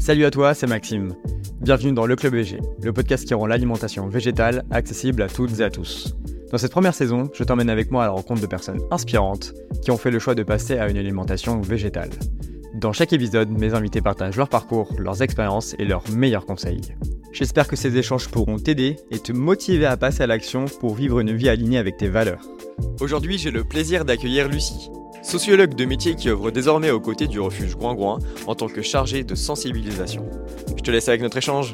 Salut à toi, c'est Maxime. Bienvenue dans Le Club VG, le podcast qui rend l'alimentation végétale accessible à toutes et à tous. Dans cette première saison, je t'emmène avec moi à la rencontre de personnes inspirantes qui ont fait le choix de passer à une alimentation végétale. Dans chaque épisode, mes invités partagent leur parcours, leurs expériences et leurs meilleurs conseils. J'espère que ces échanges pourront t'aider et te motiver à passer à l'action pour vivre une vie alignée avec tes valeurs. Aujourd'hui, j'ai le plaisir d'accueillir Lucie, sociologue de métier qui œuvre désormais aux côtés du refuge Gouin-Gouin en tant que chargée de sensibilisation. Je te laisse avec notre échange.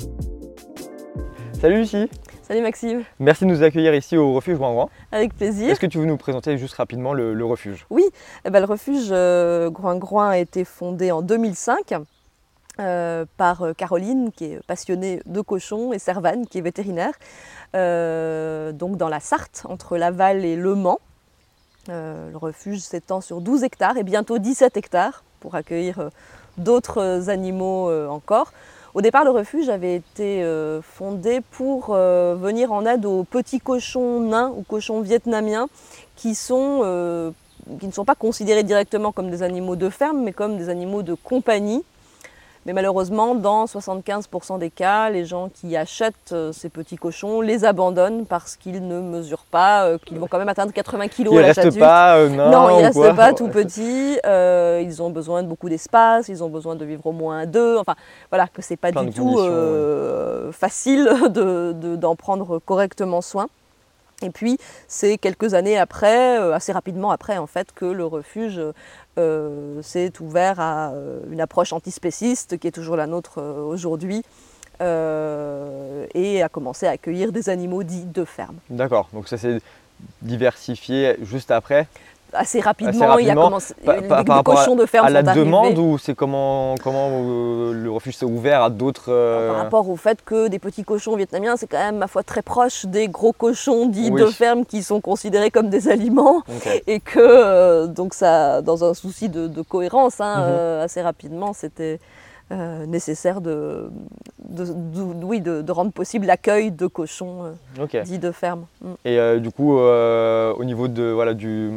Salut Lucie. Salut Maxime. Merci de nous accueillir ici au refuge Gouin-Gouin. Avec plaisir. Est-ce que tu veux nous présenter juste rapidement le refuge ? Oui, le refuge Gouin-Gouin a été fondé en 2005 par Caroline qui est passionnée de cochons et Servane qui est vétérinaire, donc dans la Sarthe, entre Laval et Le Mans. Le refuge s'étend sur 12 hectares et bientôt 17 hectares pour accueillir d'autres animaux encore. Au départ, le refuge avait été fondé pour venir en aide aux petits cochons nains ou cochons vietnamiens qui ne sont pas considérés directement comme des animaux de ferme, mais comme des animaux de compagnie. Mais malheureusement, dans 75% des cas, les gens qui achètent ces petits cochons les abandonnent parce qu'ils ne mesurent pas, qu'ils vont quand même atteindre 80 kg à l'âge adulte. Ils ne restent pas non, ils ne restent pas tout petits. Ils ont besoin de beaucoup d'espace, ils ont besoin de vivre au moins à deux. Enfin, voilà, que c'est pas du tout facile d'en prendre correctement soin. Et puis, c'est quelques années après, assez rapidement après en fait, que le refuge s'est ouvert à une approche antispéciste qui est toujours la nôtre aujourd'hui et a commencé à accueillir des animaux dits de ferme. D'accord, donc ça s'est diversifié juste après ? Assez rapidement, il y a commencé, par les cochons de ferme à la sont arrivés. demande ou c'est comment le refuge s'est ouvert à d'autres Par rapport au fait que des petits cochons vietnamiens, c'est quand même, ma foi, très proche des gros cochons dits de ferme qui sont considérés comme des aliments. Okay. Et que, donc ça, dans un souci de cohérence, assez rapidement, c'était nécessaire de rendre possible l'accueil de cochons dits de ferme. Et du coup, au niveau du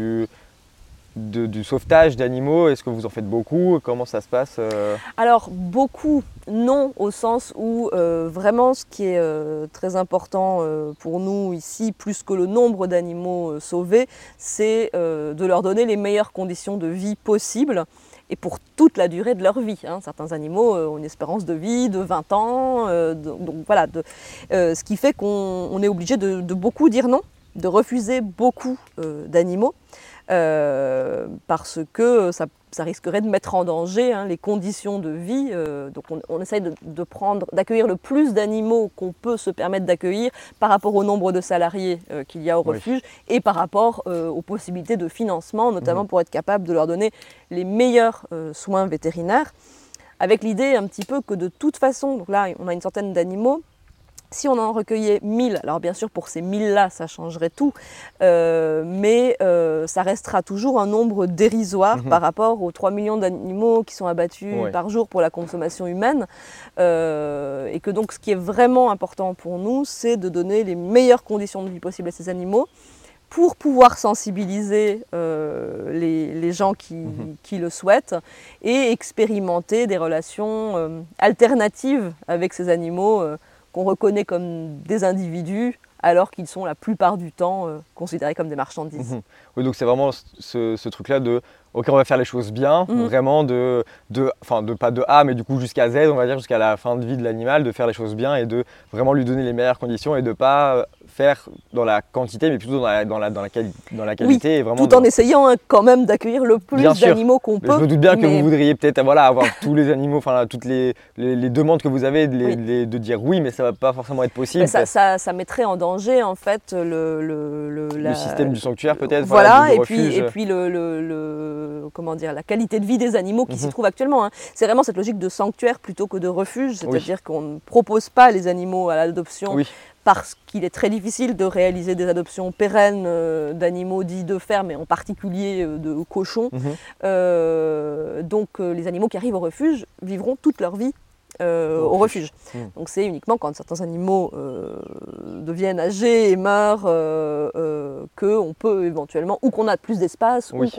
sauvetage d'animaux, est-ce que vous en faites beaucoup ? Comment ça se passe ? Alors, beaucoup, non, au sens où vraiment ce qui est très important pour nous ici, plus que le nombre d'animaux sauvés, c'est de leur donner les meilleures conditions de vie possibles. Et pour toute la durée de leur vie. Certains animaux ont une espérance de vie de 20 ans. Donc voilà, ce qui fait qu'on est obligé de beaucoup dire non, de refuser beaucoup d'animaux, parce que ça risquerait de mettre en danger les conditions de vie. Donc on essaye d'accueillir le plus d'animaux qu'on peut se permettre d'accueillir par rapport au nombre de salariés qu'il y a au refuge et par rapport aux possibilités de financement, notamment pour être capable de leur donner les meilleurs soins vétérinaires, avec l'idée un petit peu que de toute façon, donc là on a une centaine d'animaux, si on en recueillait 1000, alors bien sûr pour ces 1000-là ça changerait tout, mais ça restera toujours un nombre dérisoire par rapport aux 3 millions d'animaux qui sont abattus par jour pour la consommation humaine, et que donc ce qui est vraiment important pour nous, c'est de donner les meilleures conditions de vie possibles à ces animaux pour pouvoir sensibiliser les gens qui le souhaitent et expérimenter des relations alternatives avec ces animaux qu'on reconnaît comme des individus alors qu'ils sont la plupart du temps considérés comme des marchandises. Oui, donc c'est vraiment ce truc-là de ok, on va faire les choses bien, vraiment de pas de A, mais du coup jusqu'à Z, on va dire jusqu'à la fin de vie de l'animal, de faire les choses bien et de vraiment lui donner les meilleures conditions et de pas faire dans la quantité, mais plutôt dans la qualité. Oui, et vraiment tout en essayant quand même d'accueillir le plus d'animaux qu'on peut. Je me doute bien que vous voudriez peut-être avoir tous les animaux, toutes les demandes que vous avez, de dire oui, mais ça va pas forcément être possible. Ça mettrait en danger en fait le système du sanctuaire peut-être. Voilà, et puis la qualité de vie des animaux qui s'y trouvent actuellement. C'est vraiment cette logique de sanctuaire plutôt que de refuge, c'est-à-dire qu'on ne propose pas les animaux à l'adoption parce qu'il est très difficile de réaliser des adoptions pérennes d'animaux dits de ferme, et en particulier de cochons. Donc les animaux qui arrivent au refuge vivront toute leur vie au refuge. Donc c'est uniquement quand certains animaux deviennent âgés et meurent qu'on peut éventuellement, ou qu'on a plus d'espace, ou qu'on a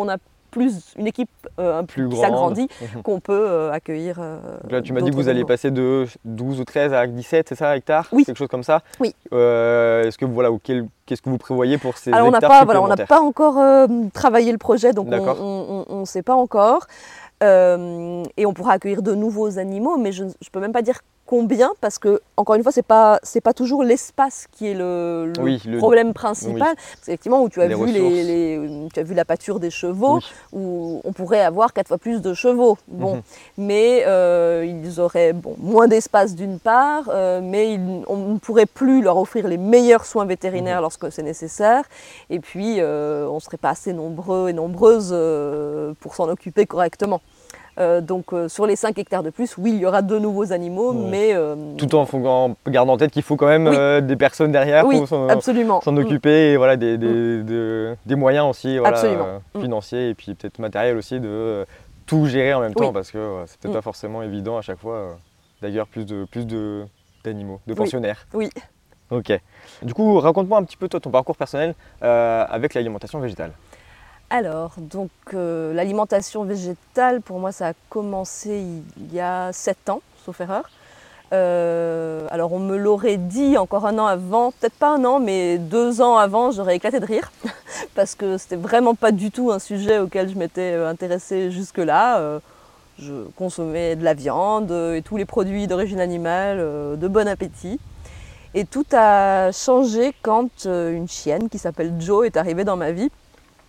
une équipe Plus qui grande. s'agrandit, qu'on peut accueillir. Donc là, tu m'as dit que vous d'autres alliez animaux. passer de 12 ou 13 à 17, c'est ça, hectares? Oui. Quelque chose comme ça? Oui. Est-ce que voilà, qu'est-ce que vous prévoyez pour ces Alors on n'a hectares pas, supplémentaires? encore travaillé le projet, donc D'accord. on ne sait pas encore. Et on pourra accueillir de nouveaux animaux, mais je ne peux même pas dire combien, parce que, encore une fois, c'est pas toujours l'espace qui est le Oui, problème principal. oui. Parce qu'effectivement, où tu as Les vu, ressources. tu as vu la pâture des chevaux, Oui. où on pourrait avoir 4 fois plus de chevaux. Bon, Mhm. mais ils auraient moins d'espace d'une part, mais on ne pourrait plus leur offrir les meilleurs soins vétérinaires lorsque c'est nécessaire. Et puis, on ne serait pas assez nombreux et nombreuses pour s'en occuper correctement. Donc sur les 5 hectares de plus, oui, il y aura de nouveaux animaux, Ouais. mais... Tout en gardant en tête qu'il faut quand même Oui. des personnes derrière oui, pour s'en absolument. occuper et voilà, des moyens aussi voilà, Absolument. financiers et puis peut-être matériels aussi de tout gérer en même temps Oui. parce que c'est peut-être pas forcément évident à chaque fois d'accueillir plus d'animaux, de Oui. pensionnaires. Oui. Ok. Du coup, raconte-moi un petit peu toi, ton parcours personnel avec l'alimentation végétale. Alors, donc l'alimentation végétale, pour moi, ça a commencé il y a 7 ans, sauf erreur. Alors on me l'aurait dit encore un an avant, peut-être pas un an, mais 2 ans avant, j'aurais éclaté de rire parce que c'était vraiment pas du tout un sujet auquel je m'étais intéressée jusque-là. Je consommais de la viande et tous les produits d'origine animale, de bon appétit. Et tout a changé quand une chienne qui s'appelle Jo est arrivée dans ma vie.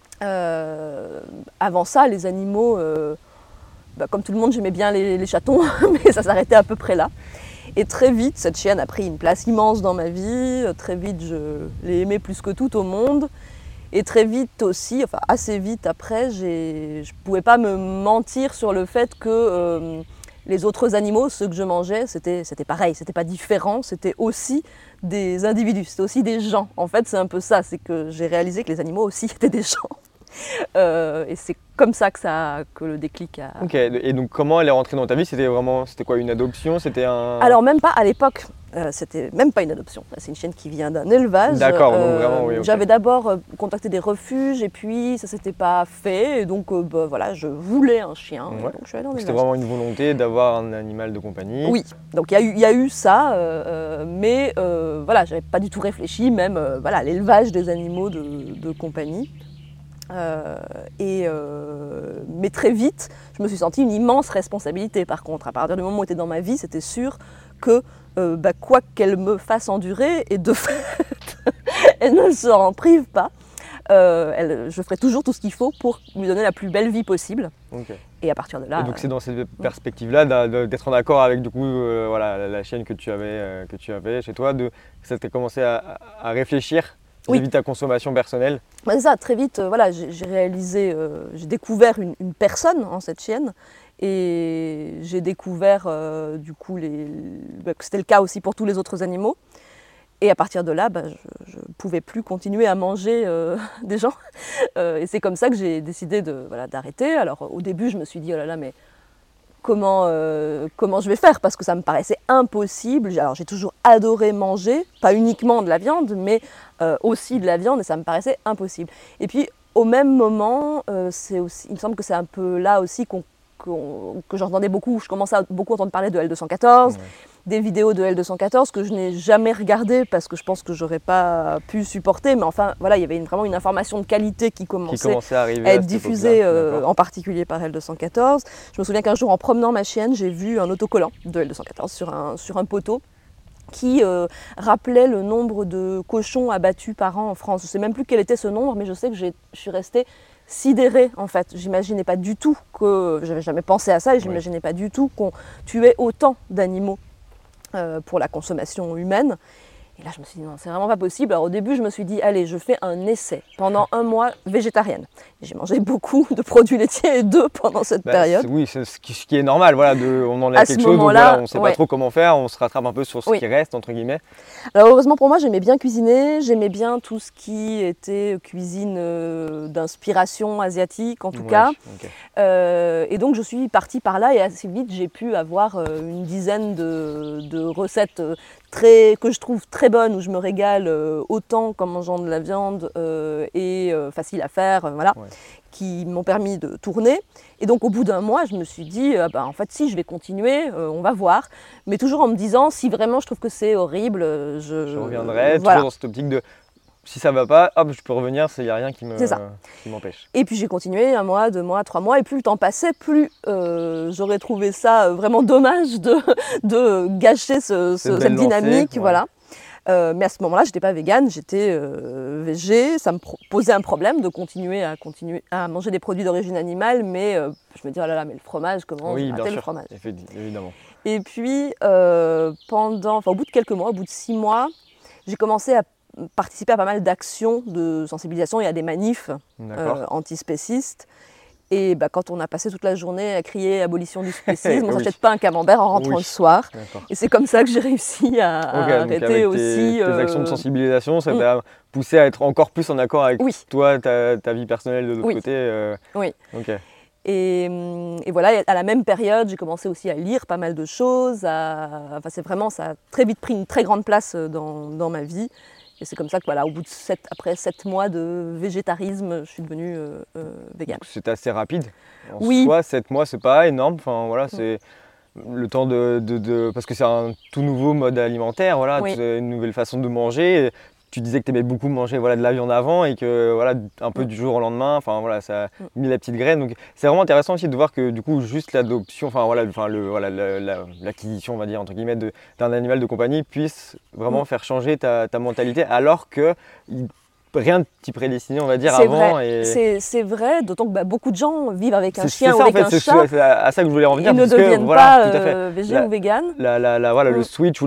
Avant ça, les animaux, comme tout le monde, j'aimais bien les chatons, mais ça s'arrêtait à peu près là. Et très vite, cette chienne a pris une place immense dans ma vie. Très vite, je l'ai aimée plus que tout au monde. Et très vite aussi, enfin assez vite après, je ne pouvais pas me mentir sur le fait que les autres animaux, ceux que je mangeais, c'était pareil, c'était pas différent, c'était aussi des individus, c'était aussi des gens. En fait, c'est un peu ça, c'est que j'ai réalisé que les animaux aussi étaient des gens. Et c'est comme ça que le déclic a... Ok, et donc comment elle est rentrée dans ta vie? C'était quoi, une adoption? C'était un... Alors même pas à l'époque, c'était même pas une adoption. C'est une chienne qui vient d'un élevage. D'accord, donc vraiment, oui, ok. J'avais d'abord contacté des refuges et puis ça s'était pas fait. Et donc voilà, je voulais un chien. Ouais. Donc je suis allée dans C'était l'élevage. vraiment une volonté d'avoir un animal de compagnie. Oui, donc il y a eu ça, mais voilà, j'avais pas du tout réfléchi même voilà, à l'élevage des animaux de compagnie. Mais très vite, je me suis sentie une immense responsabilité par contre. À partir du moment où elle était dans ma vie, c'était sûr que quoi qu'elle me fasse endurer, et de fait, elle ne s'en prive pas, je ferai toujours tout ce qu'il faut pour lui donner la plus belle vie possible. Okay. Et à partir de là... Et donc c'est dans cette perspective-là d'être en accord avec du coup, voilà, la chienne que tu avais chez toi, ça t'a commencé à réfléchir vis-à-vis de ta consommation personnelle. C'est ça, très vite, voilà, j'ai réalisé, j'ai découvert une personne en cette chienne et j'ai découvert du coup que c'était le cas aussi pour tous les autres animaux. Et à partir de là, je ne pouvais plus continuer à manger des gens. Et c'est comme ça que j'ai décidé d'arrêter. Alors au début, je me suis dit, oh là là, mais comment je vais faire, parce que ça me paraissait impossible. Alors j'ai toujours adoré manger, pas uniquement de la viande, mais aussi de la viande, et ça me paraissait impossible. Et puis au même moment, il me semble que c'est un peu là aussi que j'entendais beaucoup, je commençais à beaucoup entendre parler de L214, des vidéos de L214 que je n'ai jamais regardées parce que je pense que j'aurais pas pu supporter, mais enfin voilà, il y avait vraiment une information de qualité qui commençait à être diffusée, en particulier par L214. Je me souviens qu'un jour, en promenant ma chienne, j'ai vu un autocollant de L214 sur un poteau qui rappelait le nombre de cochons abattus par an en France. Je ne sais même plus quel était ce nombre, mais je sais que je suis restée sidérée en fait. J'imaginais pas du tout j'avais jamais pensé à ça, et j'imaginais pas du tout qu'on tuait autant d'animaux pour la consommation humaine. Et là, je me suis dit, non, c'est vraiment pas possible. Alors au début, je me suis dit, allez, je fais un essai pendant 1 mois végétarienne. J'ai mangé beaucoup de produits laitiers et d'œufs pendant cette période. Oui, c'est ce qui est normal. Voilà, on enlève quelque chose, donc voilà, on ne sait pas trop comment faire, on se rattrape un peu sur ce qui reste, entre guillemets. Alors heureusement pour moi, j'aimais bien cuisiner, j'aimais bien tout ce qui était cuisine d'inspiration asiatique, en tout cas. Okay. Et donc je suis partie par là, et assez vite, j'ai pu avoir une dizaine de recettes que je trouve très bonnes, où je me régale autant qu'en mangeant de la viande et facile à faire, voilà, qui m'ont permis de tourner. Et donc au bout d'un mois, je me suis dit, en fait si, je vais continuer, on va voir. Mais toujours en me disant, si vraiment je trouve que c'est horrible, je reviendrai, toujours dans cette optique de, si ça va pas, hop, je peux revenir, il n'y a rien qui m'empêche. Et puis j'ai continué 1 mois, 2 mois, 3 mois, et plus le temps passait, plus j'aurais trouvé ça vraiment dommage de gâcher cette dynamique. Voilà. Mais à ce moment-là, je n'étais pas végane, j'étais végé. Ça me posait un problème de continuer à manger des produits d'origine animale, mais je me disais, oh là là, mais le fromage, comment j'ai raté le fromage. Évidemment. Et puis, au bout de quelques mois, au bout de 6 mois, j'ai commencé à participer à pas mal d'actions de sensibilisation et à des manifs antispécistes. Et quand on a passé toute la journée à crier abolition du spécisme, on ne s'achète pas un camembert en rentrant le soir. Et c'est comme ça que j'ai réussi à arrêter aussi. Tes actions de sensibilisation, ça t'a poussé à être encore plus en accord avec toi, ta vie personnelle de l'autre côté. Oui. Et voilà, à la même période, j'ai commencé aussi à lire pas mal de choses. Ça a très vite pris une très grande place dans ma vie. Et c'est comme ça que au bout de après 7 mois de végétarisme, je suis devenue végane. C'est assez rapide. En soi, 7 mois, c'est pas énorme. Enfin, voilà, c'est le temps parce que c'est un tout nouveau mode alimentaire, voilà, c'est une nouvelle façon de manger. Et tu disais que tu aimais beaucoup manger de la viande avant et que un peu du jour au lendemain, enfin voilà, ça a mis la petite graine. Donc c'est vraiment intéressant aussi de voir que du coup juste l'adoption, l'acquisition, on va dire entre guillemets, d'un animal de compagnie puisse vraiment faire changer ta mentalité, alors que rien ne t'y prédestinait, on va dire, avant. C'est vrai, d'autant que beaucoup de gens vivent avec un chien ou avec un chat. C'est à ça que je voulais en venir. Ils ne deviennent pas végé ou vegan. Le switch ou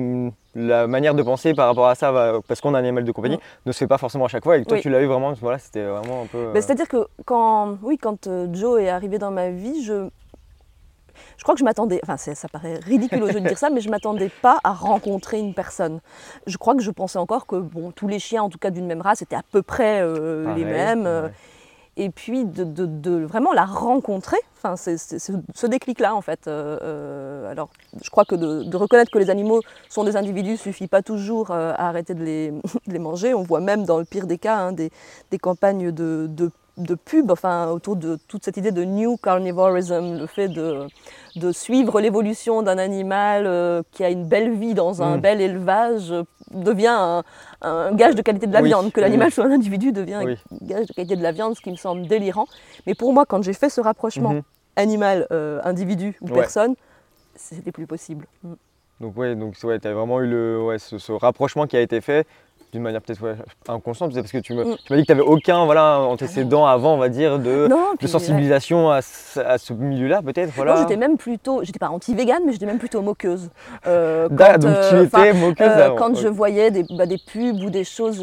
la manière de penser par rapport à ça, parce qu'on a un animal de compagnie, ne se fait pas forcément à chaque fois. Et que toi, tu l'as eu vraiment, c'était vraiment un peu… C'est-à-dire que quand Joe est arrivé dans ma vie, je crois que je m'attendais, ça paraît ridicule aux yeux de dire ça, mais je ne m'attendais pas à rencontrer une personne. Je crois que je pensais encore que tous les chiens, en tout cas d'une même race, étaient à peu près les mêmes. Et puis de vraiment la rencontrer, c'est ce déclic-là en fait. Alors je crois que de reconnaître que les animaux sont des individus ne suffit pas toujours à arrêter de les manger. On voit même dans le pire des cas des campagnes de pub, autour de toute cette idée de new carnivorism, le fait de suivre l'évolution d'un animal qui a une belle vie dans un bel élevage devient un gage de qualité de la viande. Que l'animal soit un individu devient un gage de qualité de la viande, ce qui me semble délirant. Mais pour moi, quand j'ai fait ce rapprochement animal, individu ou personne, c'était plus possible. Donc tu as vraiment eu ce rapprochement qui a été fait d'une manière peut-être inconsciente, parce que tu m'as dit que tu n'avais aucun antécédent avant, on va dire, de sensibilisation à ce milieu-là, peut-être. Voilà. Non, j'étais pas anti-végane, mais j'étais même plutôt moqueuse. Donc tu étais moqueuse quand je voyais des pubs ou des choses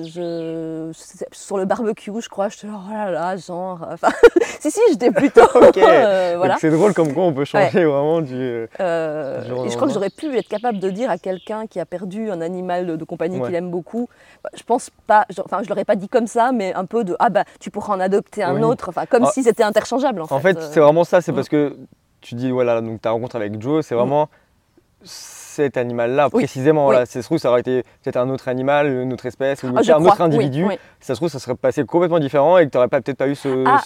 sur le barbecue, je crois, je te dis, oh là là, genre… si, j'étais plutôt… voilà. C'est drôle comme quoi on peut changer vraiment du… et je crois que j'aurais pu être capable de dire à quelqu'un qui a perdu un animal de compagnie qu'il aime beaucoup, je pense pas, je l'aurais pas dit comme ça, mais un peu de tu pourras en adopter un autre, comme si c'était interchangeable en fait. C'est vraiment ça, c'est parce que tu dis donc ta rencontre avec Joe, c'est vraiment cet animal-là précisément. Ça se trouve, ça aurait été peut-être un autre animal, une autre espèce, ou un autre individu. Ça se trouve, ça serait passé complètement différent et que tu n'aurais peut-être pas eu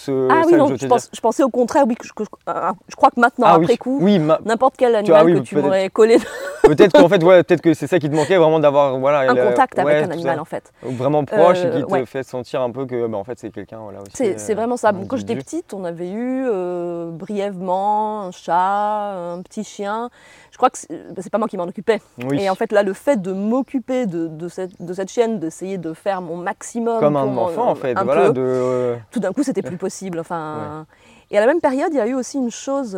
je pensais au contraire, je crois que maintenant, après coup, n'importe quel animal que tu m'aurais collé. Peut-être qu'en fait, peut-être que c'est ça qui te manquait, vraiment d'avoir un contact avec un animal en fait. Vraiment proche et qui te fait sentir un peu que en fait c'est quelqu'un aussi. C'est vraiment ça. Quand j'étais petite, on avait eu brièvement un chat, un petit chien. Je crois que c'est pas moi qui m'en occupais. Et en fait là, le fait de m'occuper de cette chienne, d'essayer de faire mon maximum comme un enfant en fait, tout d'un coup c'était plus possible. Et à la même période, il y a eu aussi une chose.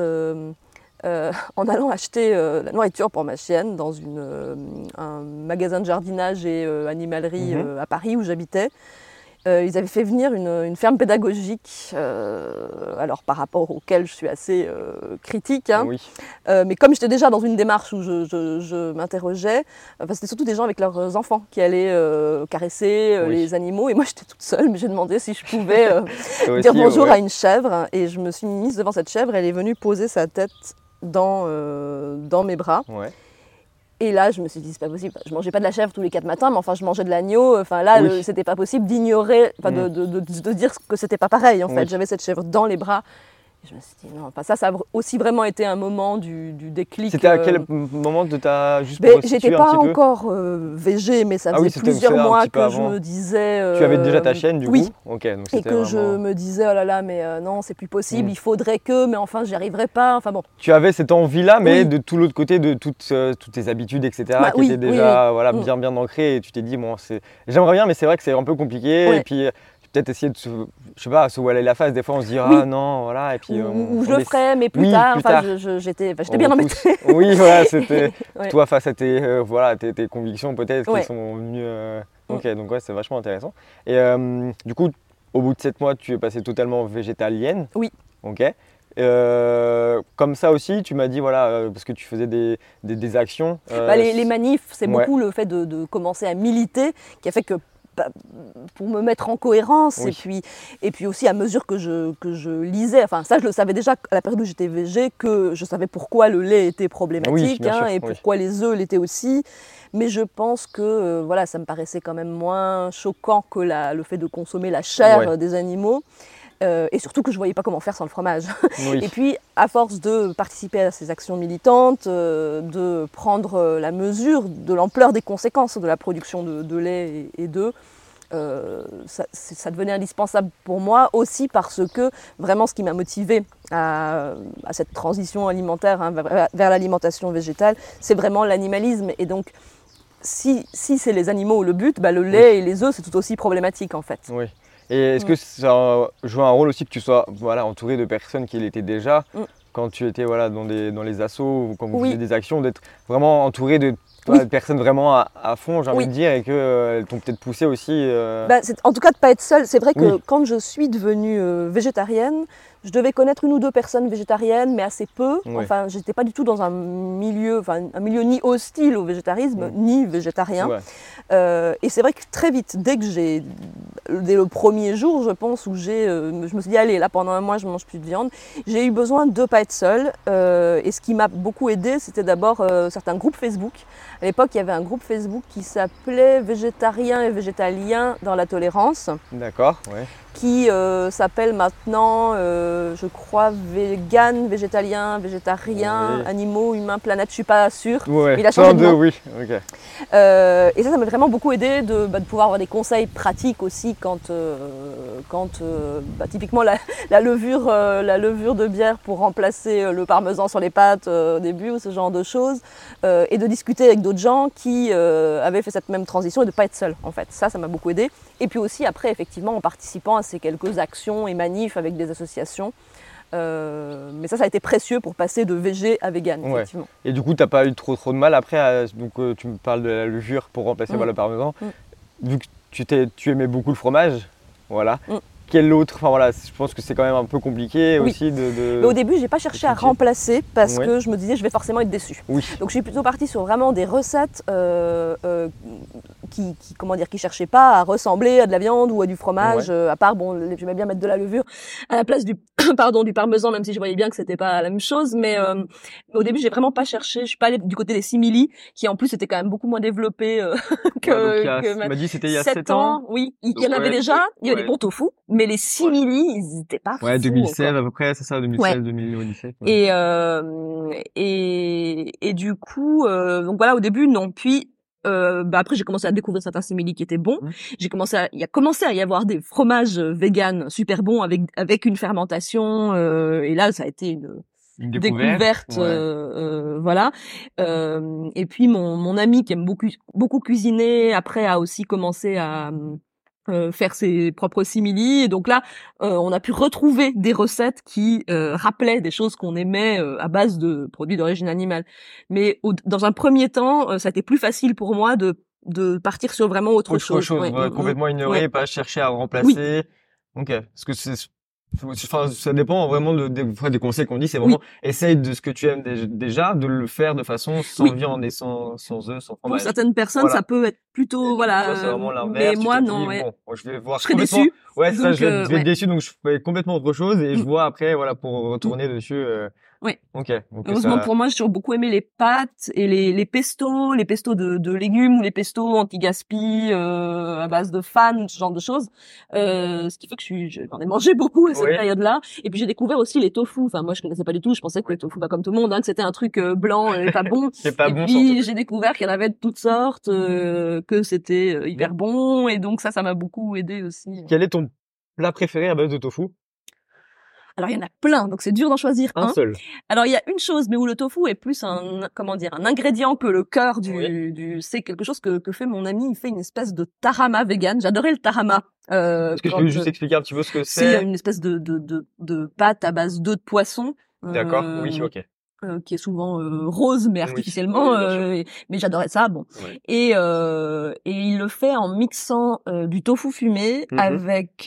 En allant acheter la nourriture pour ma chienne dans un magasin de jardinage et animalerie à Paris où j'habitais. Ils avaient fait venir une ferme pédagogique, alors par rapport auquel je suis assez critique, mais comme j'étais déjà dans une démarche où je m'interrogeais, c'était surtout des gens avec leurs enfants qui allaient caresser les animaux, et moi j'étais toute seule, mais j'ai demandé si je pouvais dire bonjour à une chèvre, et je me suis mise devant cette chèvre, elle est venue poser sa tête dans mes bras. Et là, je me suis dit, c'est pas possible. Je mangeais pas de la chèvre tous les 4 matins, mais enfin, je mangeais de l'agneau. Enfin, là, c'était pas possible d'ignorer, de dire que c'était pas pareil, en fait. J'avais cette chèvre dans les bras. Et je me suis dit, non, enfin, ça a aussi vraiment été un moment du déclic. C'était à quel moment de ta... J'étais pas encore végé, mais ça faisait plusieurs mois que je me disais... Tu avais déjà ta chaîne, du coup? Donc et que vraiment... je me disais, oh là là, mais non, c'est plus possible, il faudrait que, mais enfin, j'y arriverai pas. Enfin bon. Tu avais cette envie-là, mais de tout l'autre côté, de toutes tes habitudes, etc., qui étaient déjà bien ancrées, et tu t'es dit, bon, j'aimerais bien, mais c'est vrai que c'est un peu compliqué, et puis... peut-être essayer de se voiler la face. Des fois, on se dit, ah non, voilà. Et puis, ou je le ferai, mais plus tard. Enfin, j'étais bien embêtée. Oui, voilà, c'était toi face à tes convictions, peut-être, qui sont mieux. Ok, donc c'est vachement intéressant. Et du coup, au bout de 7 mois, tu es passée totalement végétalienne. Oui. Ok. Comme ça aussi, tu m'as dit, voilà, parce que tu faisais des actions. Les manifs, c'est beaucoup le fait de commencer à militer qui a fait que pour me mettre en cohérence et puis aussi à mesure que je lisais, enfin ça je le savais déjà à la période où j'étais végé, que je savais pourquoi le lait était problématique et pourquoi les œufs l'étaient aussi, mais je pense que voilà, ça me paraissait quand même moins choquant que le fait de consommer la chair des animaux. Et surtout que je ne voyais pas comment faire sans le fromage. Et puis, à force de participer à ces actions militantes, de prendre la mesure de l'ampleur des conséquences de la production de lait et d'œufs, ça devenait indispensable pour moi aussi parce que vraiment ce qui m'a motivée à cette transition alimentaire vers l'alimentation végétale, c'est vraiment l'animalisme. Et donc, si c'est les animaux le but, le lait et les œufs, c'est tout aussi problématique en fait. Oui. Et est-ce que ça joue un rôle aussi que tu sois entouré de personnes qui l'étaient déjà quand tu étais dans les assos ou quand vous faisiez des actions, d'être vraiment entouré de personnes vraiment à fond, j'ai envie de dire, et qu'elles t'ont peut-être poussé aussi en tout cas, de ne pas être seule. C'est vrai que quand je suis devenue végétarienne, je devais connaître 1 ou 2 personnes végétariennes, mais assez peu. Enfin, j'étais pas du tout dans un milieu ni hostile au végétarisme, ni végétarien. Et c'est vrai que très vite, dès le premier jour, je pense, où je me suis dit, allez, là, pendant un mois, je ne mange plus de viande, j'ai eu besoin de ne pas être seule. Et ce qui m'a beaucoup aidée, c'était d'abord certains groupes Facebook. À l'époque, il y avait un groupe Facebook qui s'appelait Végétariens et Végétaliens dans la tolérance. D'accord, Qui s'appelle maintenant, je crois, vegan, végétalien, végétarien, animaux, humains, planète, je ne suis pas sûre. Il a changé de nom. Et ça m'a vraiment beaucoup aidé de pouvoir avoir des conseils pratiques aussi quand typiquement la levure de bière pour remplacer le parmesan sur les pâtes au début ou ce genre de choses, et de discuter avec d'autres gens qui avaient fait cette même transition et de ne pas être seul en fait. Ça m'a beaucoup aidé. Et puis aussi après, effectivement, en participant à ces quelques actions et manifs avec des associations. Mais ça a été précieux pour passer de végé à vegan, effectivement. Et du coup, tu n'as pas eu trop de mal après tu me parles de la levure pour remplacer le parmesan. Vu que tu aimais beaucoup le fromage, voilà. Quel autre, je pense que c'est quand même un peu compliqué aussi de... Mais au début, je n'ai pas cherché à remplacer parce que je me disais je vais forcément être déçue. Donc je suis plutôt partie sur vraiment des recettes qui ne cherchaient pas à ressembler à de la viande ou à du fromage, à part, j'aimais bien mettre de la levure à la place du parmesan, même si je voyais bien que c'était pas la même chose. Mais au début, j'ai vraiment pas cherché, je suis pas allée du côté des simili, qui en plus était quand même beaucoup moins développé que tu m'as dit c'était il y a 7 ans. Oui, il y en avait déjà, il y avait des bons tofu, mais les simili, ils étaient pas fous. 2016 à peu près, c'est ça, 2016-2017. Et du coup, donc voilà, au début, non. Puis, après, j'ai commencé à découvrir certains simili qui étaient bons. Il a commencé à y avoir des fromages véganes super bons avec une fermentation. Et là, ça a été une découverte. Voilà. Et puis, mon ami qui aime beaucoup cuisiner, après, a aussi commencé à faire ses propres simili, et donc là on a pu retrouver des recettes qui rappelaient des choses qu'on aimait à base de produits d'origine animale, mais dans un premier temps ça a été plus facile pour moi de partir sur vraiment autre chose. Complètement ignorer, pas chercher à remplacer. Ok, parce que ça dépend vraiment des conseils qu'on dit, c'est vraiment essaye de ce que tu aimes déjà, de le faire de façon sans viande et sans œufs, sans fromage. Pour certaines personnes, ça peut être plutôt, ça, c'est vraiment l'inverse. Mais moi, non, bon, je vais voir. Je serais déçue. Je vais être déçu, donc je fais complètement autre chose et je vois après, pour retourner dessus. Oui. Ok. Heureusement pour moi, j'ai toujours beaucoup aimé les pâtes et les pestos de légumes ou les pestos anti-gaspi à base de fan, ce genre de choses. Ce qui fait que j'en ai mangé beaucoup à cette période-là. Et puis j'ai découvert aussi les tofu. Enfin moi je connaissais pas du tout. Je pensais que les tofu, comme tout le monde, que c'était un truc blanc et pas bon. C'est pas et bon. Puis j'ai découvert qu'il y en avait de toutes sortes, que c'était hyper bon. Et donc ça m'a beaucoup aidé aussi. Quel est ton plat préféré à base de tofu? Alors il y en a plein, donc c'est dur d'en choisir un. Seul. Alors il y a une chose, mais où le tofu est plus un ingrédient que le cœur c'est quelque chose que fait mon ami. Il fait une espèce de tarama vegan. J'adorais le tarama. Est-ce que tu peux juste expliquer un petit peu ce que c'est? C'est une espèce de pâte à base d'œufs de poisson. D'accord. Oui, ok. Qui est souvent rose mais artificiellement mais j'adorais ça et il le fait en mixant du tofu fumé avec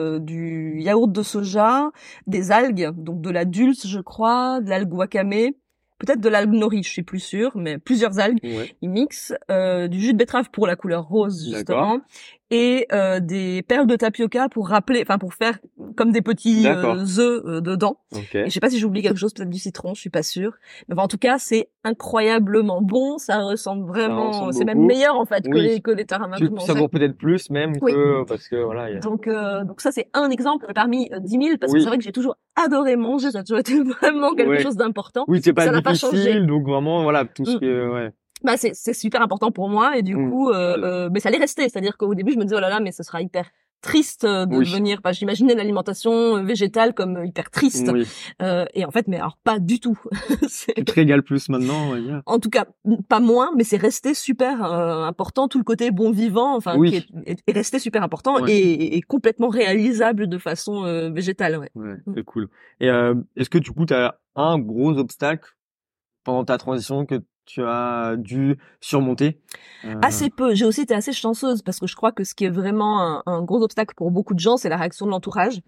du yaourt de soja, des algues, donc de la dulse je crois, de l'algue wakame, peut-être de l'algue nori, je suis plus sûre, mais plusieurs algues. Il mixe du jus de betterave pour la couleur rose justement et des perles de tapioca pour faire comme des petits œufs dedans. Et je sais pas si j'oublie quelque chose, peut-être du citron, je suis pas sûre. Mais en tout cas, c'est incroyablement bon, ça ressemble vraiment, c'est même meilleur en fait que les taramas. Tu savoures peut-être plus même parce que voilà. Donc ça c'est un exemple parmi 10 000 parce que c'est vrai que j'ai toujours adoré manger, ça a toujours été vraiment quelque chose d'important. Oui, c'est pas ça difficile, n'a pas changé. Donc vraiment voilà tout ce que c'est super important pour moi et du coup mais ça allait rester, c'est-à-dire qu'au début je me disais oh là là mais ce sera hyper triste de devenir j'imaginais l'alimentation végétale comme hyper triste et en fait mais alors pas du tout. Tu te régales plus maintenant, on va dire. En tout cas pas moins, mais c'est resté super important, tout le côté bon vivant qui est resté super important et complètement réalisable de façon végétale. C'est cool. Et est-ce que du coup tu as un gros obstacle pendant ta transition que tu as dû surmonter? Assez peu. J'ai aussi été assez chanceuse parce que je crois que ce qui est vraiment un gros obstacle pour beaucoup de gens, c'est la réaction de l'entourage.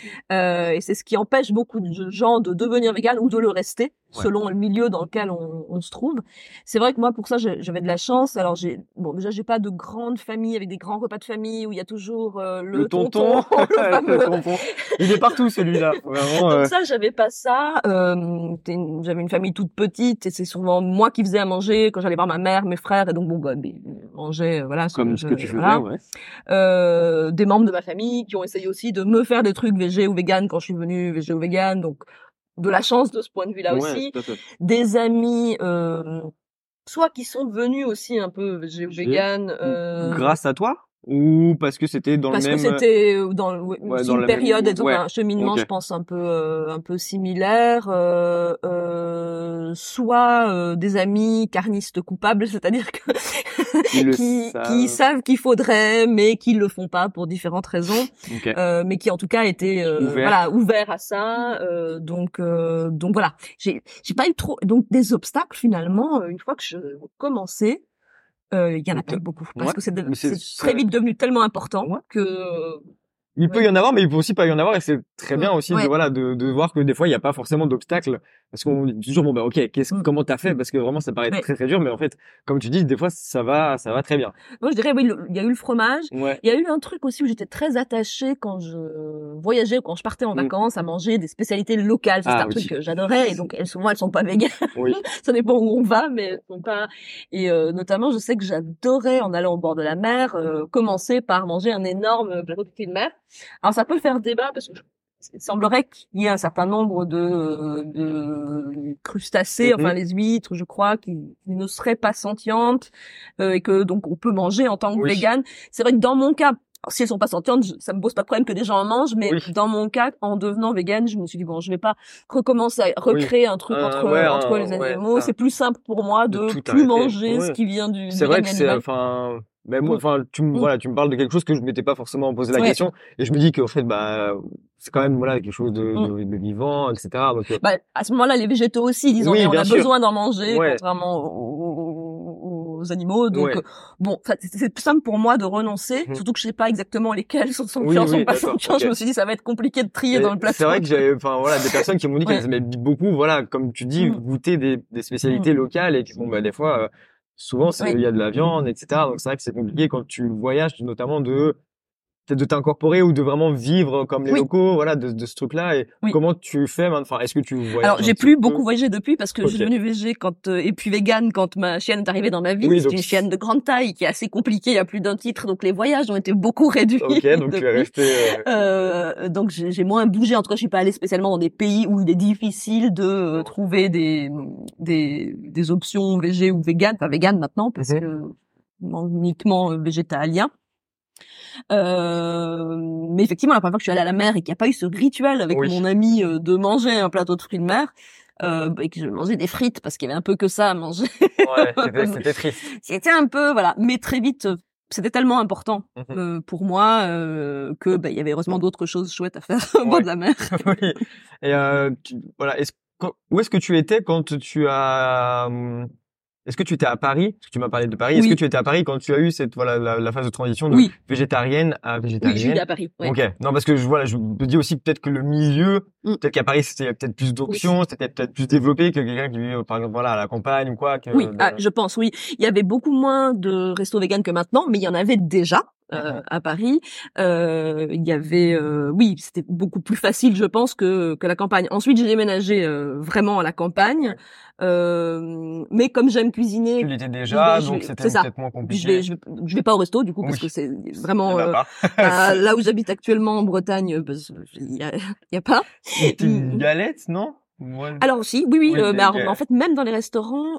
Et c'est ce qui empêche beaucoup de gens de devenir vegan ou de le rester selon le milieu dans lequel on se trouve. C'est vrai que moi, pour ça, j'avais de la chance. Alors déjà, j'ai pas de grande famille avec des grands repas de famille où il y a toujours le tonton. Le tonton. Il est partout, celui-là. Vraiment, Donc ça, j'avais pas ça. J'avais une famille toute petite et c'est souvent moi qui faisais à manger quand j'allais voir ma mère, mes frères et donc manger comme ce que tu faisais, des membres de ma famille qui ont essayé aussi de me faire des trucs végé ou vegan quand je suis devenue végé ou vegan, donc de la chance de ce point de vue-là aussi. Des amis soit qui sont devenus aussi un peu végé ou vegan grâce à toi ou parce que c'était dans le même parce que c'était dans une période et donc un cheminement je pense un peu similaire soit des amis carnistes coupables, c'est-à-dire que qui savent qu'il faudrait mais qui le font pas pour différentes raisons mais qui en tout cas étaient ouverts à ça donc voilà, j'ai pas eu trop donc des obstacles finalement une fois que je commençais. Il y en a pas beaucoup parce que c'est très vite devenu tellement important que il peut y en avoir, mais il peut aussi pas y en avoir, et c'est très bien aussi de voir que des fois il y a pas forcément d'obstacles, parce qu'on dit toujours comment t'as fait, parce que vraiment ça paraît très très dur, mais en fait comme tu dis des fois ça va très bien. Moi je dirais il y a eu le fromage, il y a eu un truc aussi où j'étais très attachée quand je voyageais ou quand je partais en vacances à manger des spécialités locales, c'est un truc que j'adorais et donc souvent elles sont pas véganes. Ça dépend où on va mais elles sont pas et notamment je sais que j'adorais en allant au bord de la mer commencer par manger un énorme plateau de fruits de mer. Alors ça peut faire débat parce que il semblerait qu'il y ait un certain nombre de crustacés, les huîtres, je crois, qui ne seraient pas sentientes et que donc on peut manger en tant que vegan. C'est vrai que dans mon cas, si elles sont pas sentientes, ça me pose pas de problème que des gens en mangent, mais dans mon cas, en devenant vegan, je me suis dit je vais pas recommencer à recréer un truc entre les animaux. C'est plus simple pour moi de plus manger ce qui vient du c'est vrai que animal. Mais moi, tu me parles de quelque chose que je m'étais pas forcément posé la question, et je me dis qu'en fait, c'est quand même, quelque chose de vivant, etc. Donc, à ce moment-là, les végétaux aussi, disons, on a besoin d'en manger, contrairement aux animaux. Donc, c'est plus simple pour moi de renoncer, surtout que je sais pas exactement lesquels sont sentients, sont pas sentients. Je me suis dit, ça va être compliqué de trier dans le plateau. C'est vrai que j'avais, des personnes qui m'ont dit qu'elles aimaient beaucoup, comme tu dis, goûter des spécialités locales, et puis des fois, souvent il y a de la viande, etc. Donc c'est vrai que c'est compliqué quand tu voyages, notamment de peut-être de t'incorporer ou de vraiment vivre comme les locaux, voilà, de ce truc-là. Et comment tu fais maintenant? Enfin, est-ce que tu voyages? Alors, j'ai plus beaucoup voyagé depuis parce que je suis devenue végé et puis végane quand ma chienne est arrivée dans ma vie. C'est une chienne de grande taille qui est assez compliquée à plus d'un titre, donc les voyages ont été beaucoup réduits. Ok, donc tu es resté. Donc j'ai moins bougé. En tout cas, je suis pas allée spécialement dans des pays où il est difficile de trouver des options végé ou véganes, enfin végane maintenant parce que uniquement végétalien. Mais effectivement, la première fois que je suis allée à la mer et qu'il n'y a pas eu ce rituel avec mon ami de manger un plateau de fruits de mer, et que je mangeais des frites parce qu'il y avait un peu que ça à manger. Ouais, c'était triste. C'était un peu, voilà. Mais très vite, c'était tellement important pour moi que il y avait heureusement d'autres choses chouettes à faire au bord de la mer. Oui. Et voilà, où est-ce que tu étais quand tu as est-ce que tu étais à Paris? Parce que tu m'as parlé de Paris. Est-ce que tu étais à Paris quand tu as eu cette la phase de transition de végétarienne à végétarienne? Oui, je suis à Paris. Ouais. Ok. Non, parce que je me dis aussi peut-être que le milieu, peut-être qu'à Paris c'était peut-être plus d'options, c'était peut-être plus développé que quelqu'un qui vit par exemple voilà à la campagne ou quoi. Je pense. Oui, il y avait beaucoup moins de restos véganes que maintenant, mais il y en avait déjà. À Paris, il y avait, c'était beaucoup plus facile, je pense, que la campagne. Ensuite, j'ai déménagé vraiment à la campagne, mais comme j'aime cuisiner, tu l'étais déjà, donc c'était peut-être moins compliqué. Je vais pas au resto du coup parce que c'est vraiment là où j'habite actuellement en Bretagne, il y a pas. C'était une galette, non? Alors aussi, oui, mais en fait, même dans les restaurants,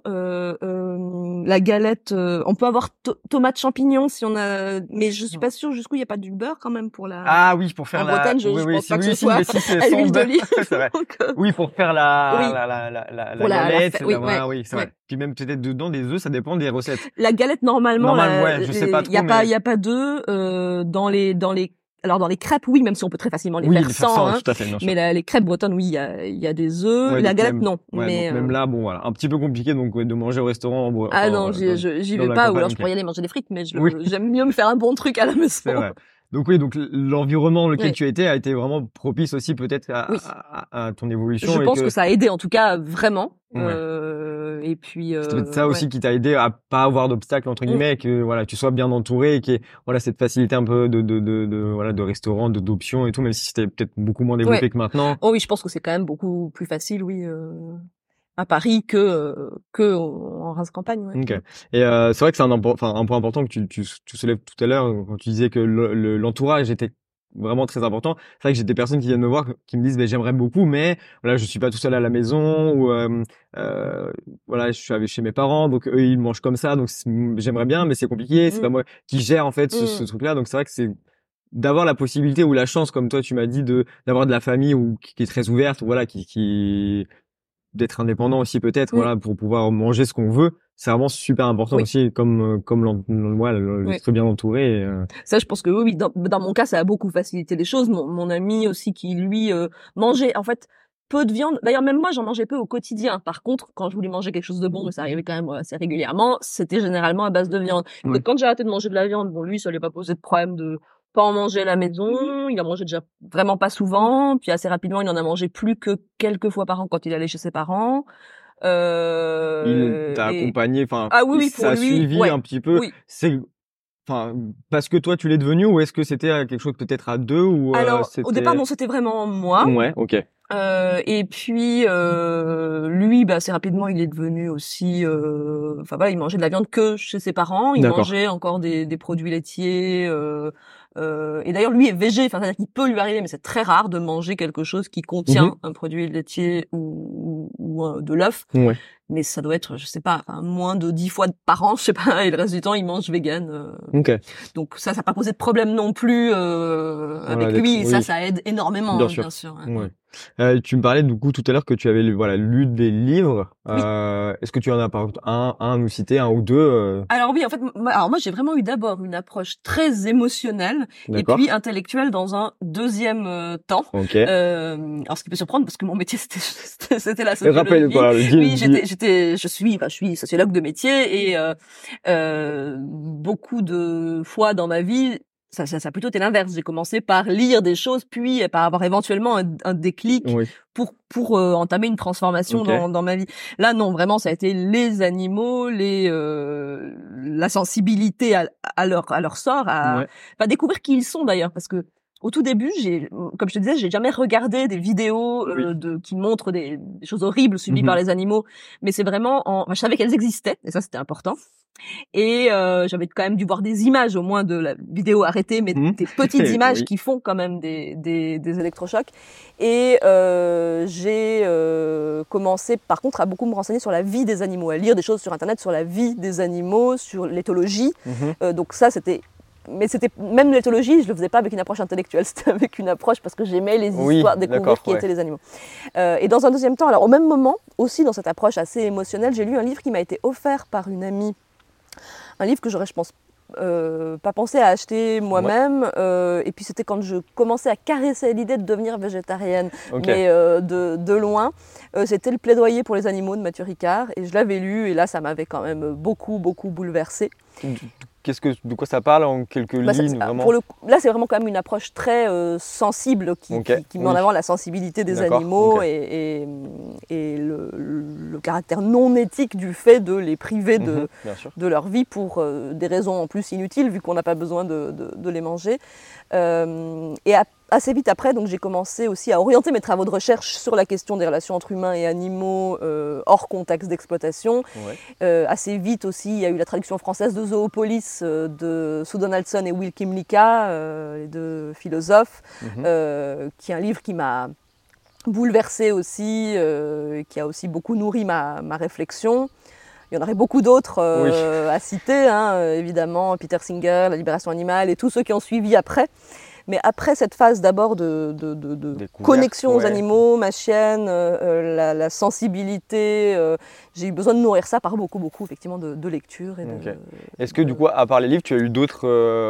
la galette, on peut avoir tomate champignon si on a, mais je suis pas sûre jusqu'où il y a pas du beurre quand même pour la. Ah oui, pour faire en Bretagne, je pense pas que ce soit à l'huile d'olive. C'est vrai. Oui, pour faire la galette. Oui, c'est vrai. Puis même peut-être dedans des œufs, ça dépend des recettes. La galette normalement, je sais pas trop. Il y a pas d'œufs dans les crêpes, oui, même si on peut très facilement les faire sans, tout à fait, bien sûr. mais les crêpes bretonnes, oui, il y a des œufs. La galette, non. Mais même là, bon, voilà, un petit peu compliqué donc de manger au restaurant. Non, j'y vais pas. Ou alors je pourrais y aller manger des frites, mais j'aime mieux me faire un bon truc à la maison. C'est vrai. Donc l'environnement dans lequel tu étais a été vraiment propice aussi peut-être à ton évolution. Je pense que ça a aidé en tout cas vraiment. Et puis c'est peut-être ça aussi qui t'a aidé à pas avoir d'obstacles entre guillemets, que voilà tu sois bien entouré et qu'il y ait cette facilité un peu de restaurants, d'options et tout, même si c'était peut-être beaucoup moins développé que maintenant. Oh oui, je pense que c'est quand même beaucoup plus facile, à Paris que en race campagne. Ouais. Okay. Et c'est vrai que c'est un point important que tu soulèves tout à l'heure quand tu disais que l'entourage était vraiment très important. C'est vrai que j'ai des personnes qui viennent me voir qui me disent j'aimerais beaucoup mais voilà je suis pas tout seul à la maison ou voilà je suis chez mes parents donc eux ils mangent comme ça donc j'aimerais bien mais c'est compliqué, c'est pas moi qui gère en fait ce truc-là, donc c'est vrai que c'est d'avoir la possibilité ou la chance comme toi tu m'as dit d'avoir de la famille ou qui est très ouverte, ou voilà qui d'être indépendant aussi peut-être voilà pour pouvoir manger ce qu'on veut. C'est vraiment super important aussi, comme d'être bien entouré. Ça, je pense que oui. Dans mon cas, ça a beaucoup facilité les choses. Mon ami aussi, qui lui mangeait en fait peu de viande. D'ailleurs, même moi, j'en mangeais peu au quotidien. Par contre, quand je voulais manger quelque chose de bon, mais ça arrivait quand même assez régulièrement, c'était généralement à base de viande. Donc, quand j'ai arrêté de manger de la viande, bon, lui, ça lui a pas posé de problème de pas en manger à la maison. Il en mangeait déjà vraiment pas souvent. Puis assez rapidement, il en a mangé plus que quelques fois par an quand il allait chez ses parents. Il t'a accompagné, ça a suivi un petit peu. C'est parce que toi tu l'es devenu, ou est-ce que c'était quelque chose peut-être à deux, ou alors au départ non, c'était vraiment moi. Ouais, ok. Et puis lui, assez rapidement, il est devenu aussi. Il mangeait de la viande que chez ses parents. Il mangeait encore des produits laitiers. Et d'ailleurs, lui est végé. C'est-à-dire qu'il peut lui arriver, mais c'est très rare de manger quelque chose qui contient un produit laitier ou de l'œuf. Ouais. Mais ça doit être, je sais pas, moins de 10 fois par an, je sais pas. Et le reste du temps, il mange vegan. Okay. Donc ça n'a pas posé de problème non plus avec lui. Et ça aide énormément, bien sûr. Ouais. Tu me parlais du coup tout à l'heure que tu avais lu des livres. Est-ce que tu en as par exemple un à nous citer, un ou deux Alors oui, en fait, moi j'ai vraiment eu d'abord une approche très émotionnelle et puis intellectuelle dans un deuxième temps. Okay. Alors ce qui peut surprendre parce que mon métier c'était la sociologie. Je suis sociologue de métier et beaucoup de fois dans ma vie ça a plutôt été l'inverse. J'ai commencé par lire des choses, puis par avoir éventuellement un déclic pour entamer une transformation dans ma vie. Là, non, vraiment, ça a été les animaux, la sensibilité à leur sort, à découvrir qui ils sont d'ailleurs, parce que au tout début, comme je te disais, j'ai jamais regardé des vidéos qui montrent des choses horribles subies par les animaux, mais c'est vraiment je savais qu'elles existaient, et ça c'était important. Et j'avais quand même dû voir des images au moins de la vidéo arrêtée, mais des petites images qui font quand même des électrochocs. Et j'ai commencé par contre à beaucoup me renseigner sur la vie des animaux, à lire des choses sur internet sur la vie des animaux, sur l'éthologie. Donc ça c'était... Mais c'était même l'éthologie, je le faisais pas avec une approche intellectuelle, c'était avec une approche parce que j'aimais les histoires, découvrir qui étaient les animaux. Et dans un deuxième temps, alors au même moment, aussi dans cette approche assez émotionnelle, j'ai lu un livre qui m'a été offert par une amie. Un livre que j'aurais, je pense, pas pensé à acheter moi-même. Et puis c'était quand je commençais à caresser l'idée de devenir végétarienne, mais de loin. C'était Le plaidoyer pour les animaux de Mathieu Ricard. Et je l'avais lu et là, ça m'avait quand même beaucoup bouleversée. De quoi ça parle en quelques lignes vraiment là, c'est vraiment quand même une approche très sensible qui met en avant la sensibilité des animaux et le caractère non éthique du fait de les priver de leur vie pour des raisons en plus inutiles vu qu'on n'a pas besoin de les manger. Et assez vite après, donc j'ai commencé aussi à orienter mes travaux de recherche sur la question des relations entre humains et animaux hors contexte d'exploitation. Assez vite aussi, il y a eu la traduction française de Zoopolis sous Donaldson et Will Kymlicka, les deux philosophes, qui est un livre qui m'a bouleversée aussi, qui a aussi beaucoup nourri ma réflexion. Il y en aurait beaucoup d'autres à citer, évidemment, Peter Singer, La libération animale et tous ceux qui ont suivi après. Mais après cette phase d'abord de connexion aux animaux, ma chienne, la sensibilité, j'ai eu besoin de nourrir ça par beaucoup effectivement de lecture. Est-ce que du coup, à part les livres, tu as eu d'autres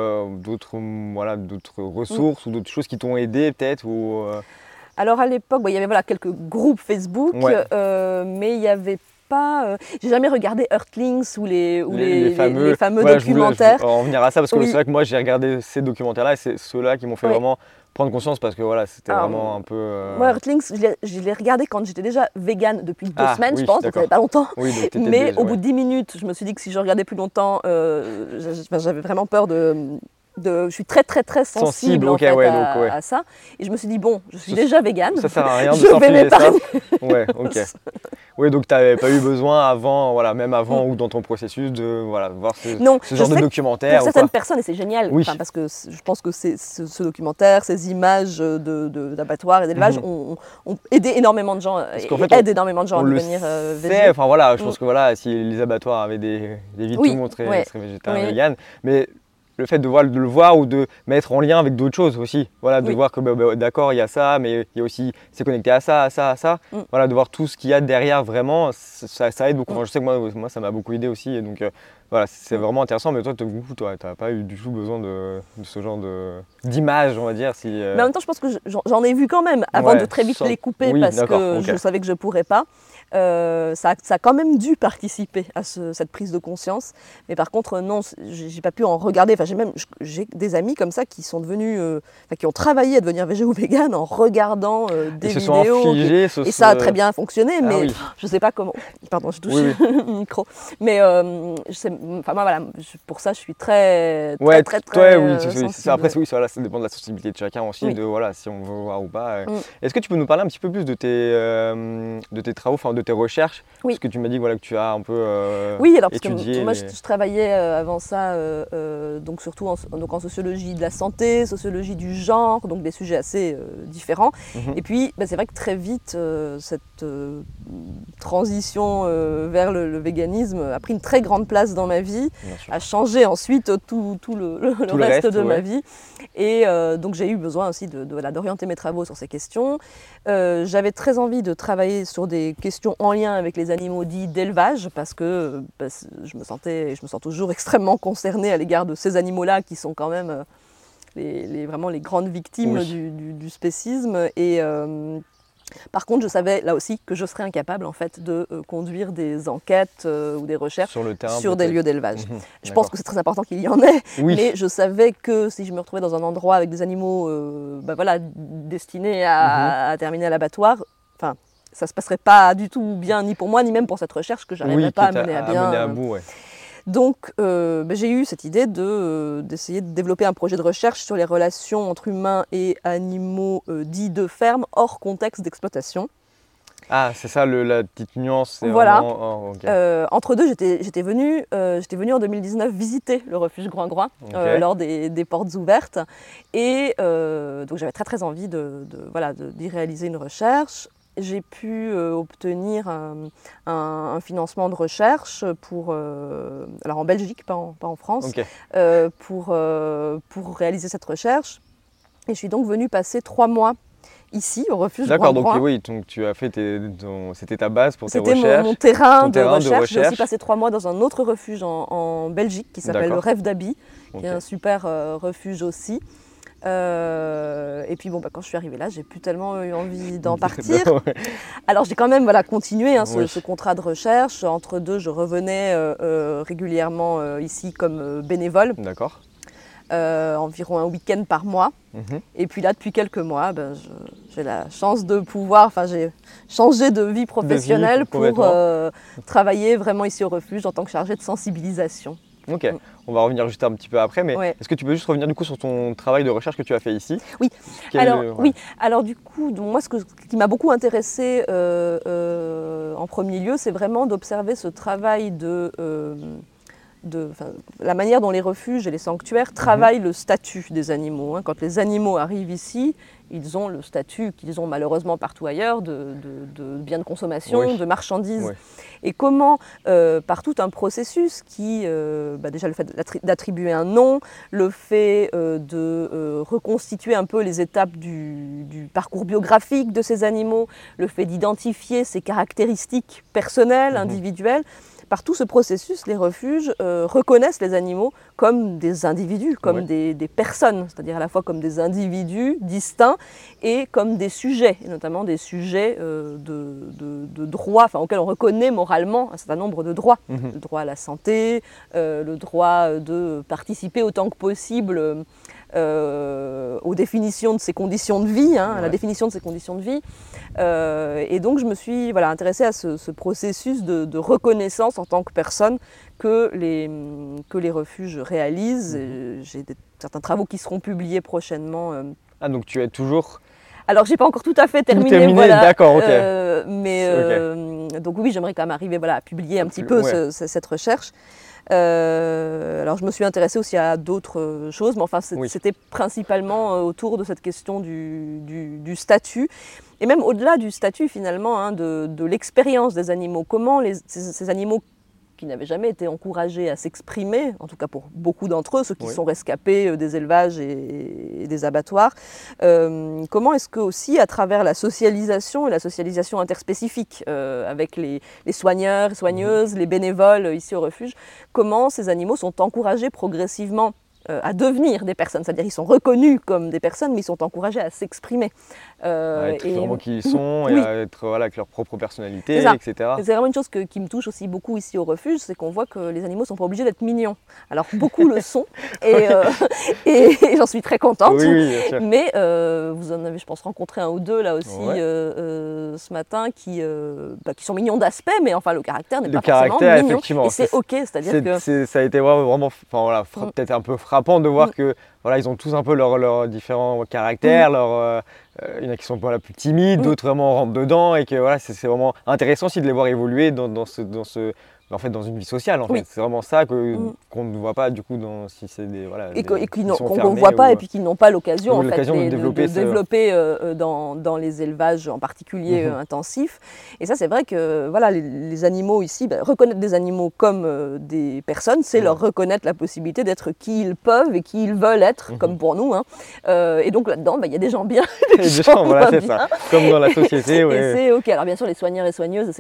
ressources ou d'autres choses qui t'ont aidé peut-être Alors à l'époque, il y avait quelques groupes Facebook, mais il y avait pas. J'ai jamais regardé Earthlings ou les fameux documentaires. Je voulais en venir à ça parce que c'est vrai que moi j'ai regardé ces documentaires-là et c'est ceux-là qui m'ont fait vraiment prendre conscience parce que c'était vraiment un peu. Moi, Earthlings, je l'ai regardé quand j'étais déjà végane depuis 2 semaines, je pense, donc ça fait pas longtemps. Mais au bout de 10 minutes, je me suis dit que si je regardais plus longtemps, j'avais vraiment peur je suis très sensible en fait, à ça. Et je me suis dit, bon, je suis déjà végane. Ça sert à rien de s'infliger ça. Oui, donc tu n'avais pas eu besoin avant, même avant ou dans ton processus de voir ce genre de documentaire. Pour certaines personnes, et c'est génial, parce que je pense que ce documentaire, ces images d'abattoirs et d'élevage ont aidé énormément de gens, aident énormément de gens à devenir végé. Je pense que si les abattoirs avaient des vies tout montrées, ils seraient végétariens, véganes. Mais le fait de le voir ou de mettre en lien avec d'autres choses aussi, de voir que d'accord il y a ça, mais il y a aussi c'est connecté à ça, à ça, à ça, de voir tout ce qu'il y a derrière vraiment, ça aide beaucoup. Je sais que moi ça m'a beaucoup aidé aussi, et donc c'est vraiment intéressant. Mais toi t'as pas eu du tout besoin de ce genre d'image, on va dire. Mais en même temps, je pense que j'en ai vu quand même avant de très vite les couper parce que je savais que je pourrais pas. Ça a quand même dû participer à cette prise de conscience, mais par contre non, j'ai pas pu en regarder. J'ai des amis comme ça qui sont devenus, qui ont travaillé à devenir végé ou vegan en regardant des vidéos et ça a très bien fonctionné, mais je sais pas comment. Pardon, je touche le micro, mais pour ça je suis très sensible. Après ça dépend de la sensibilité de chacun aussi, de si on veut voir ou pas. Est-ce que tu peux nous parler un petit peu plus de tes travaux, de tes recherches, parce que tu m'as dit que tu as un peu alors parce que moi je travaillais avant ça donc surtout en sociologie de la santé, sociologie du genre, donc des sujets assez différents. Et puis c'est vrai que très vite cette transition vers le véganisme a pris une très grande place dans ma vie, a changé ensuite tout le reste de ma vie. Et donc j'ai eu besoin aussi d'orienter mes travaux sur ces questions. J'avais très envie de travailler sur des questions en lien avec les animaux dits d'élevage parce que je me sentais et je me sens toujours extrêmement concernée à l'égard de ces animaux-là qui sont quand même vraiment les grandes victimes du spécisme. Et Par contre, je savais là aussi que je serais incapable en fait de conduire des enquêtes ou des recherches sur, le terrain, sur des lieux d'élevage. Je pense que c'est très important qu'il y en ait, mais je savais que si je me retrouvais dans un endroit avec des animaux destinés à terminer à l'abattoir, ça ne se passerait pas du tout bien ni pour moi, ni même pour cette recherche que je n'arriverais pas à mener à bien. Mener à bout, ouais. Donc j'ai eu cette idée d'essayer de développer un projet de recherche sur les relations entre humains et animaux dits de ferme, hors contexte d'exploitation. Ah, c'est ça la petite nuance. Voilà. Vraiment... okay. Entre deux, j'étais venue en 2019 visiter le refuge Groing-Groing lors des portes ouvertes. Et donc j'avais très très envie d'y réaliser une recherche. J'ai pu obtenir un financement de recherche alors en Belgique, pas en France, pour réaliser cette recherche. Et je suis donc venue passer 3 mois ici, au refuge Groing-Groing. D'accord, donc tu as fait c'était ta base pour tes recherches. C'était mon terrain de recherche. J'ai aussi passé 3 mois dans un autre refuge en Belgique qui s'appelle le Rêve d'Abi, qui est un super refuge aussi. Et puis quand je suis arrivée là, j'ai plus tellement eu envie d'en partir. Alors j'ai quand même continué ce contrat de recherche. Entre deux, je revenais régulièrement ici comme bénévole. D'accord. Environ un week-end par mois. Et puis là, depuis quelques mois, j'ai la chance de pouvoir, j'ai changé de vie professionnelle pour travailler vraiment ici au refuge en tant que chargée de sensibilisation. Ok, on va revenir juste un petit peu après, mais est-ce que tu peux juste revenir du coup sur ton travail de recherche que tu as fait ici ? Oui, alors du coup, moi ce qui m'a beaucoup intéressée en premier lieu, c'est vraiment d'observer ce travail la manière dont les refuges et les sanctuaires travaillent le statut des animaux. Quand les animaux arrivent ici, ils ont le statut qu'ils ont malheureusement partout ailleurs de biens de consommation, de marchandises. Et comment, par tout un processus qui, déjà le fait d'attribuer un nom, le fait de reconstituer un peu les étapes du parcours biographique de ces animaux, le fait d'identifier ces caractéristiques personnelles, individuelles, par tout ce processus, les refuges reconnaissent les animaux comme des individus, comme des personnes, c'est-à-dire à la fois comme des individus distincts et comme des sujets, et notamment des sujets de droits, auxquels on reconnaît moralement un certain nombre de droits. Le droit à la santé, le droit de participer autant que possible aux définitions de ses conditions de vie, la définition de ses conditions de vie. Et donc je me suis intéressée à ce processus de reconnaissance en tant que personne que les refuges réalisent. J'ai certains travaux qui seront publiés prochainement. Ah, donc tu es toujours... Alors, j'ai pas encore tout à fait terminé, d'accord, ok. Donc oui, j'aimerais quand même arriver à publier un petit peu cette recherche. Alors je me suis intéressée aussi à d'autres choses, mais c'était principalement autour de cette question du statut, et même au-delà du statut finalement, de l'expérience des animaux. Comment ces animaux qui n'avaient jamais été encouragés à s'exprimer, en tout cas pour beaucoup d'entre eux, ceux qui sont rescapés des élevages et des abattoirs, comment est-ce que aussi à travers la socialisation et la socialisation interspécifique avec les soigneurs et soigneuses, les bénévoles ici au refuge, comment ces animaux sont encouragés progressivement à devenir des personnes, c'est-à-dire ils sont reconnus comme des personnes, mais ils sont encouragés à s'exprimer. À être vraiment qui ils sont et à être avec leur propre personnalité, etc. C'est vraiment une chose qui me touche aussi beaucoup ici au refuge, c'est qu'on voit que les animaux ne sont pas obligés d'être mignons. Alors beaucoup le sont, et j'en suis très contente, bien sûr. Mais vous en avez, je pense, rencontré un ou deux là aussi ce matin qui sont mignons d'aspect, mais le caractère n'est pas forcément mignon. Effectivement, et c'est ok, c'est-à-dire que... Ça a été vraiment peut-être un peu frappant de voir que ils ont tous un peu leurs différents caractères, il y en a qui sont plus timides, d'autres vraiment rentrent dedans, et que c'est vraiment intéressant aussi de les voir évoluer dans une vie sociale. C'est vraiment ça qu'on ne voit pas du coup si c'est des qu'on ne voit pas et puis qu'ils n'ont pas l'occasion de développer dans les élevages en particulier intensifs. Et ça, c'est vrai que les animaux ici, reconnaître des animaux comme des personnes, c'est leur reconnaître la possibilité d'être qui ils peuvent et qui ils veulent être, comme pour nous. Et donc là-dedans, il y a des gens bien, des gens c'est ça, comme dans la société. Et c'est ok. Alors bien sûr, les soigneurs et soigneuses essayent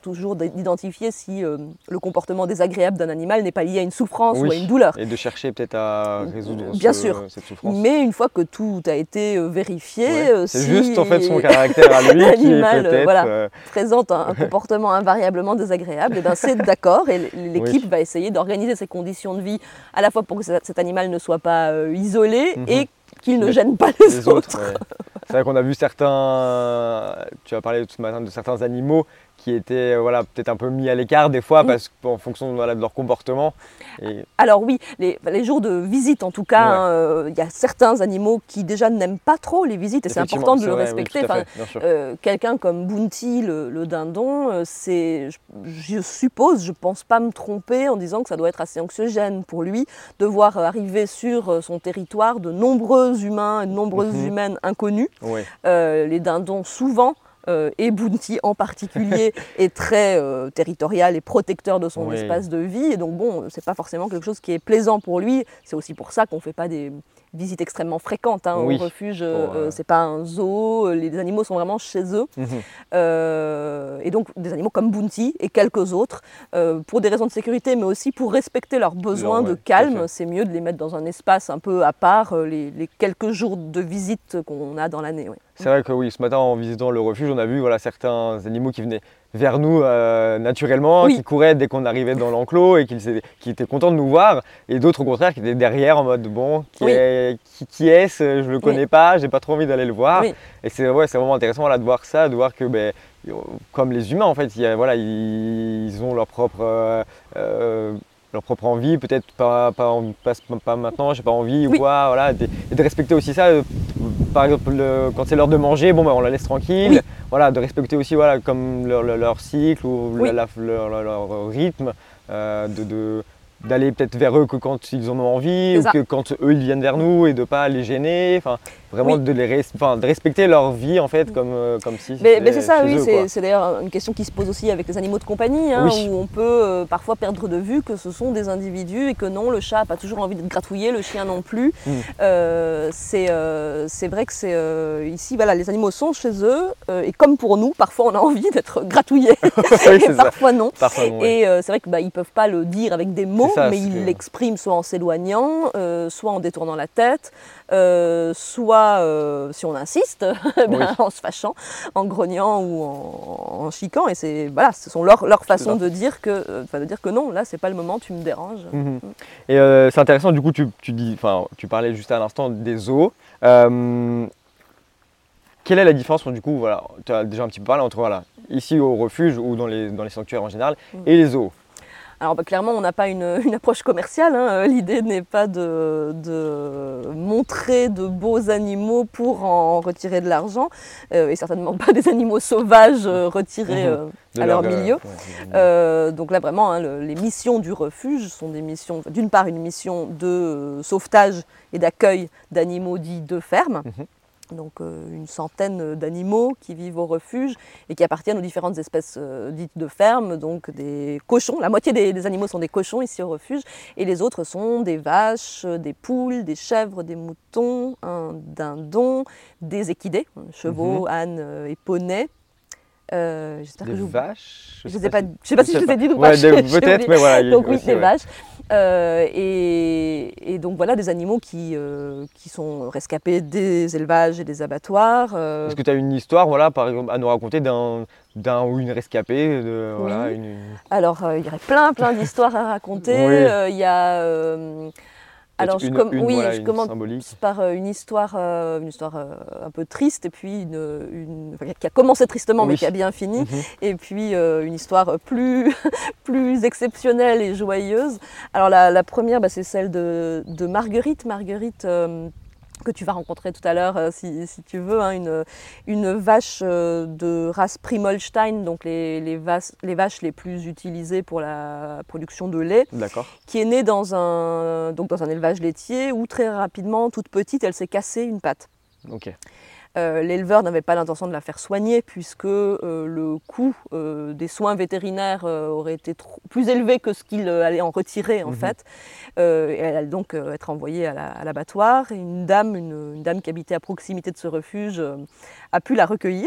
toujours d'identifier si le comportement désagréable d'un animal n'est pas lié à une souffrance ou à une douleur. Et de chercher peut-être à résoudre cette souffrance. Mais une fois que tout a été vérifié, c'est juste en fait son caractère à lui qui peut-être présente un comportement invariablement désagréable, et ben c'est d'accord, et l'équipe va essayer d'organiser ses conditions de vie à la fois pour que cet animal ne soit pas isolé et qu'il ne gêne pas les autres. C'est vrai qu'on a vu certains, tu as parlé ce matin de certains animaux qui étaient peut-être un peu mis à l'écart des fois en fonction de leur comportement. Alors oui, les jours de visite en tout cas, y a certains animaux qui déjà n'aiment pas trop les visites et c'est important de le respecter. Quelqu'un comme Bounty, le dindon, je pense pas me tromper en disant que ça doit être assez anxiogène pour lui de voir arriver sur son territoire de nombreux humains et de nombreuses humaines inconnues. Les dindons souvent, et Bounty en particulier, est très territorial et protecteur de son espace de vie, et donc bon, c'est pas forcément quelque chose qui est plaisant pour lui. C'est aussi pour ça qu'on fait pas des visites extrêmement fréquentes au refuge. C'est pas un zoo, les animaux sont vraiment chez eux. Et donc des animaux comme Bounty et quelques autres, pour des raisons de sécurité, mais aussi pour respecter leurs besoins de calme, c'est mieux de les mettre dans un espace un peu à part les quelques jours de visite qu'on a dans l'année. C'est vrai que ce matin en visitant le refuge, on a vu certains animaux qui venaient vers nous naturellement, qui couraient dès qu'on arrivait dans l'enclos et qui étaient contents de nous voir, et d'autres au contraire qui étaient derrière en mode bon, qui est-ce, je le connais pas, j'ai pas trop envie d'aller le voir. Et c'est vraiment intéressant de voir ça, de voir que comme les humains en fait, ils ont leur propre envie, peut-être pas maintenant, j'ai pas envie, ou quoi, et de respecter aussi ça. Par exemple, quand c'est l'heure de manger, on la laisse tranquille. De respecter aussi comme leur cycle ou leur rythme, d'aller peut-être vers eux que quand ils en ont envie, ou que quand eux ils viennent vers nous, et de ne pas les gêner. Vraiment de respecter leur vie en fait, comme si mais c'est ça, c'est d'ailleurs une question qui se pose aussi avec les animaux de compagnie, où on peut parfois perdre de vue que ce sont des individus et que non, le chat n'a pas toujours envie d'être gratouillé, le chien non plus. C'est vrai que ici, les animaux sont chez eux, et comme pour nous, parfois on a envie d'être gratouillé, et parfois non. Et c'est vrai qu'ils ne peuvent pas le dire avec des mots, mais ils l'expriment soit en s'éloignant, soit en détournant la tête, soit si on insiste, en se fâchant, en grognant ou en chiquant, et ce sont leur façon de dire que non, là c'est pas le moment, tu me déranges. Et c'est intéressant, du coup tu parlais juste à l'instant des zoos. Quelle est la différence du coup, tu as déjà un petit peu parlé entre ici au refuge ou dans les sanctuaires en général et les zoos? Alors clairement, on n'a pas une approche commerciale. L'idée n'est pas de montrer de beaux animaux pour en retirer de l'argent, et certainement pas des animaux sauvages retirés à leur milieu. Donc là vraiment, les missions du refuge sont des missions, d'une part une mission de sauvetage et d'accueil d'animaux dits de ferme. Donc une centaine d'animaux qui vivent au refuge et qui appartiennent aux différentes espèces dites de ferme, donc des cochons. La moitié des animaux sont des cochons ici au refuge, et les autres sont des vaches, des poules, des chèvres, des moutons, un dindon, des équidés, chevaux, ânes et poneys. J'espère que vaches. Je sais pas si je t'ai dit ou pas. Peut-être, mais voilà. Donc oui, des vaches. Et donc voilà, des animaux qui sont rescapés des élevages et des abattoirs. Est-ce que tu as une histoire, par exemple, à nous raconter d'un ou une rescapée Alors, il y aurait plein d'histoires à raconter. Il y a Alors, je commence par une histoire un peu triste, et puis qui a commencé tristement, mais qui a bien fini, et puis une histoire plus exceptionnelle et joyeuse. Alors, la première, c'est celle de Marguerite. Marguerite, que tu vas rencontrer tout à l'heure si tu veux, une vache de race Primolstein, donc les vaches les plus utilisées pour la production de lait, qui est née dans un élevage laitier où très rapidement, toute petite, elle s'est cassée une patte. L'éleveur n'avait pas l'intention de la faire soigner, puisque le coût des soins vétérinaires aurait été plus élevé que ce qu'il allait en retirer en fait. Et elle allait donc être envoyée à l'abattoir. Et une dame qui habitait à proximité de ce refuge a pu la recueillir.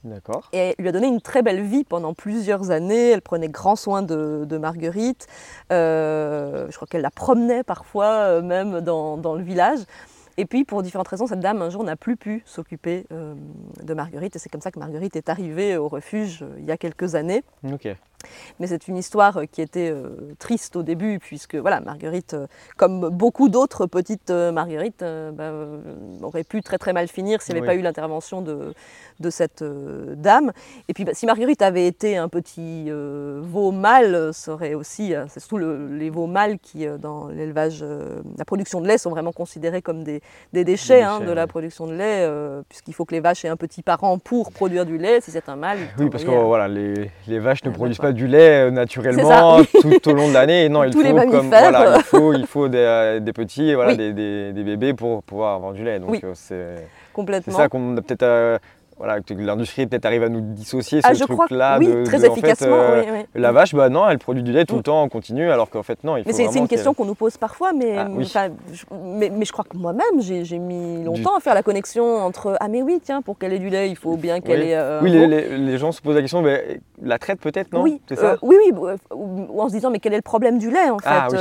D'accord. Et lui a donné une très belle vie pendant plusieurs années. Elle prenait grand soin de Marguerite. Je crois qu'elle la promenait parfois même dans le village. Et puis, pour différentes raisons, cette dame, un jour, n'a plus pu s'occuper de Marguerite. Et c'est comme ça que Marguerite est arrivée au refuge il y a quelques années. Ok. Mais c'est une histoire qui était triste au début, puisque voilà, Marguerite, comme beaucoup d'autres petites Marguerites, aurait pu très très mal finir s'il n'y avait pas eu l'intervention de cette dame. Et puis si Marguerite avait été un petit veau mâle, ça aurait aussi, c'est surtout les veaux mâles qui, dans l'élevage, la production de lait, sont vraiment considérés comme des déchets de la production de lait, puisqu'il faut que les vaches aient un petit parent pour produire du lait. Si c'est un mâle, oui, parce que voilà, les vaches ne produisent pas du lait naturellement tout au long de l'année. Non, il faut des petits, voilà, des bébés pour pouvoir avoir du lait. Donc c'est ça qu'on a peut-être voilà, que l'industrie peut-être arrive à nous dissocier ce truc-là. Très efficacement. La vache, non, elle produit du lait tout le temps en continu, alors qu'en fait non. Il faut c'est une question qu'on nous pose parfois, mais je crois que moi-même j'ai mis longtemps à faire la connexion entre mais oui, tiens, pour qu'elle ait du lait, il faut bien qu'elle ait. Les gens se posent la question, la traite peut-être, non? Oui, c'est ça ou en se disant mais quel est le problème du lait en fait?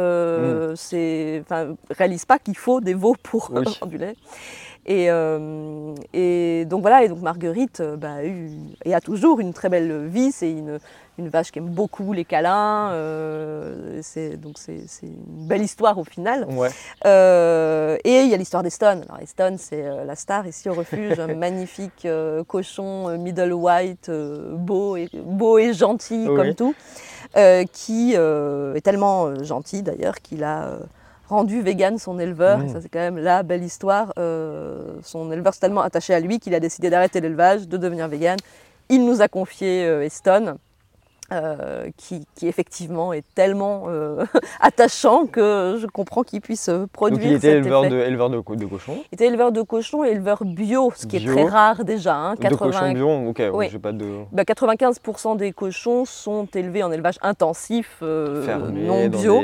Réalise pas qu'il faut des veaux pour avoir du lait. Et donc voilà, et donc Marguerite a toujours une très belle vie. C'est une vache qui aime beaucoup les câlins. C'est une belle histoire au final. Et il y a l'histoire d'Eston. Alors Eston, c'est la star ici au refuge, un magnifique cochon middle white, beau et gentil comme tout, qui est tellement gentil d'ailleurs qu'il a rendu vegan son éleveur, et ça c'est quand même la belle histoire. Son éleveur s'est tellement attaché à lui qu'il a décidé d'arrêter l'élevage, de devenir vegan. Il nous a confié Eston, qui effectivement est tellement attachant que je comprends qu'il puisse produire. Donc il était éleveur de cochons. Il était éleveur de cochons et éleveur bio, ce qui est très rare déjà. De cochons bio, ok. Oui. J'ai pas de... 95% des cochons sont élevés en élevage intensif, fermé, non bio.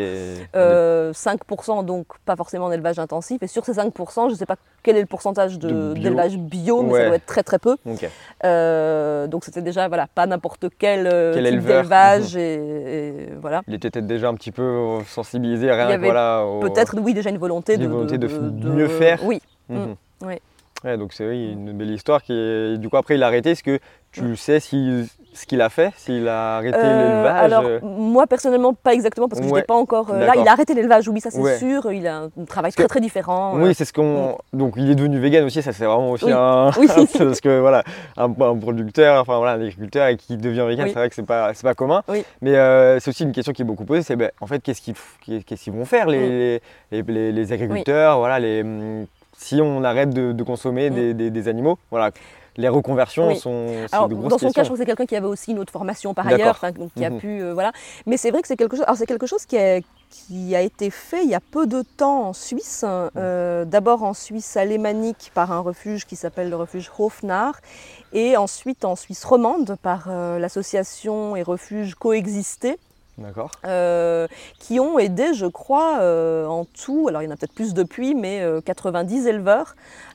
5% donc pas forcément en élevage intensif. Et sur ces 5%, je ne sais pas quel est le pourcentage d'élevage bio, mais ça doit être très très peu. Okay. Donc c'était déjà pas n'importe quel type d'élevage. Et voilà. Il était peut-être déjà un petit peu sensibilisé à rien. Peut-être déjà une volonté de mieux faire. Oui. Oui. Ouais, donc c'est une belle histoire qui du coup après il a arrêté. Est-ce que tu sais ce qu'il a fait, s'il a arrêté l'élevage? Alors moi personnellement pas exactement parce que je n'étais pas encore là. Il a arrêté l'élevage, oui, ça c'est sûr. Il a un travail très différent. Oui, c'est ce qu'on. Donc il est devenu vegan aussi, ça c'est vraiment aussi parce que voilà, un producteur, un agriculteur qui devient vegan, c'est vrai que c'est pas commun. Oui. Mais c'est aussi une question qui est beaucoup posée, c'est en fait qu'est-ce qu'ils vont faire les agriculteurs, voilà, si on arrête de consommer des animaux, voilà. Les reconversions sont de grosses questions. Dans son cas, je crois que c'est quelqu'un qui avait aussi une autre formation par ailleurs, donc qui a pu voilà. Mais c'est vrai que c'est quelque chose. Alors c'est quelque chose qui a été fait il y a peu de temps en Suisse. D'abord en Suisse alémanique par un refuge qui s'appelle le refuge Hofnar, et ensuite en Suisse romande par l'association et refuge Coexister. D'accord. Qui ont aidé, je crois, en tout, alors il y en a peut-être plus depuis, mais 90 éleveurs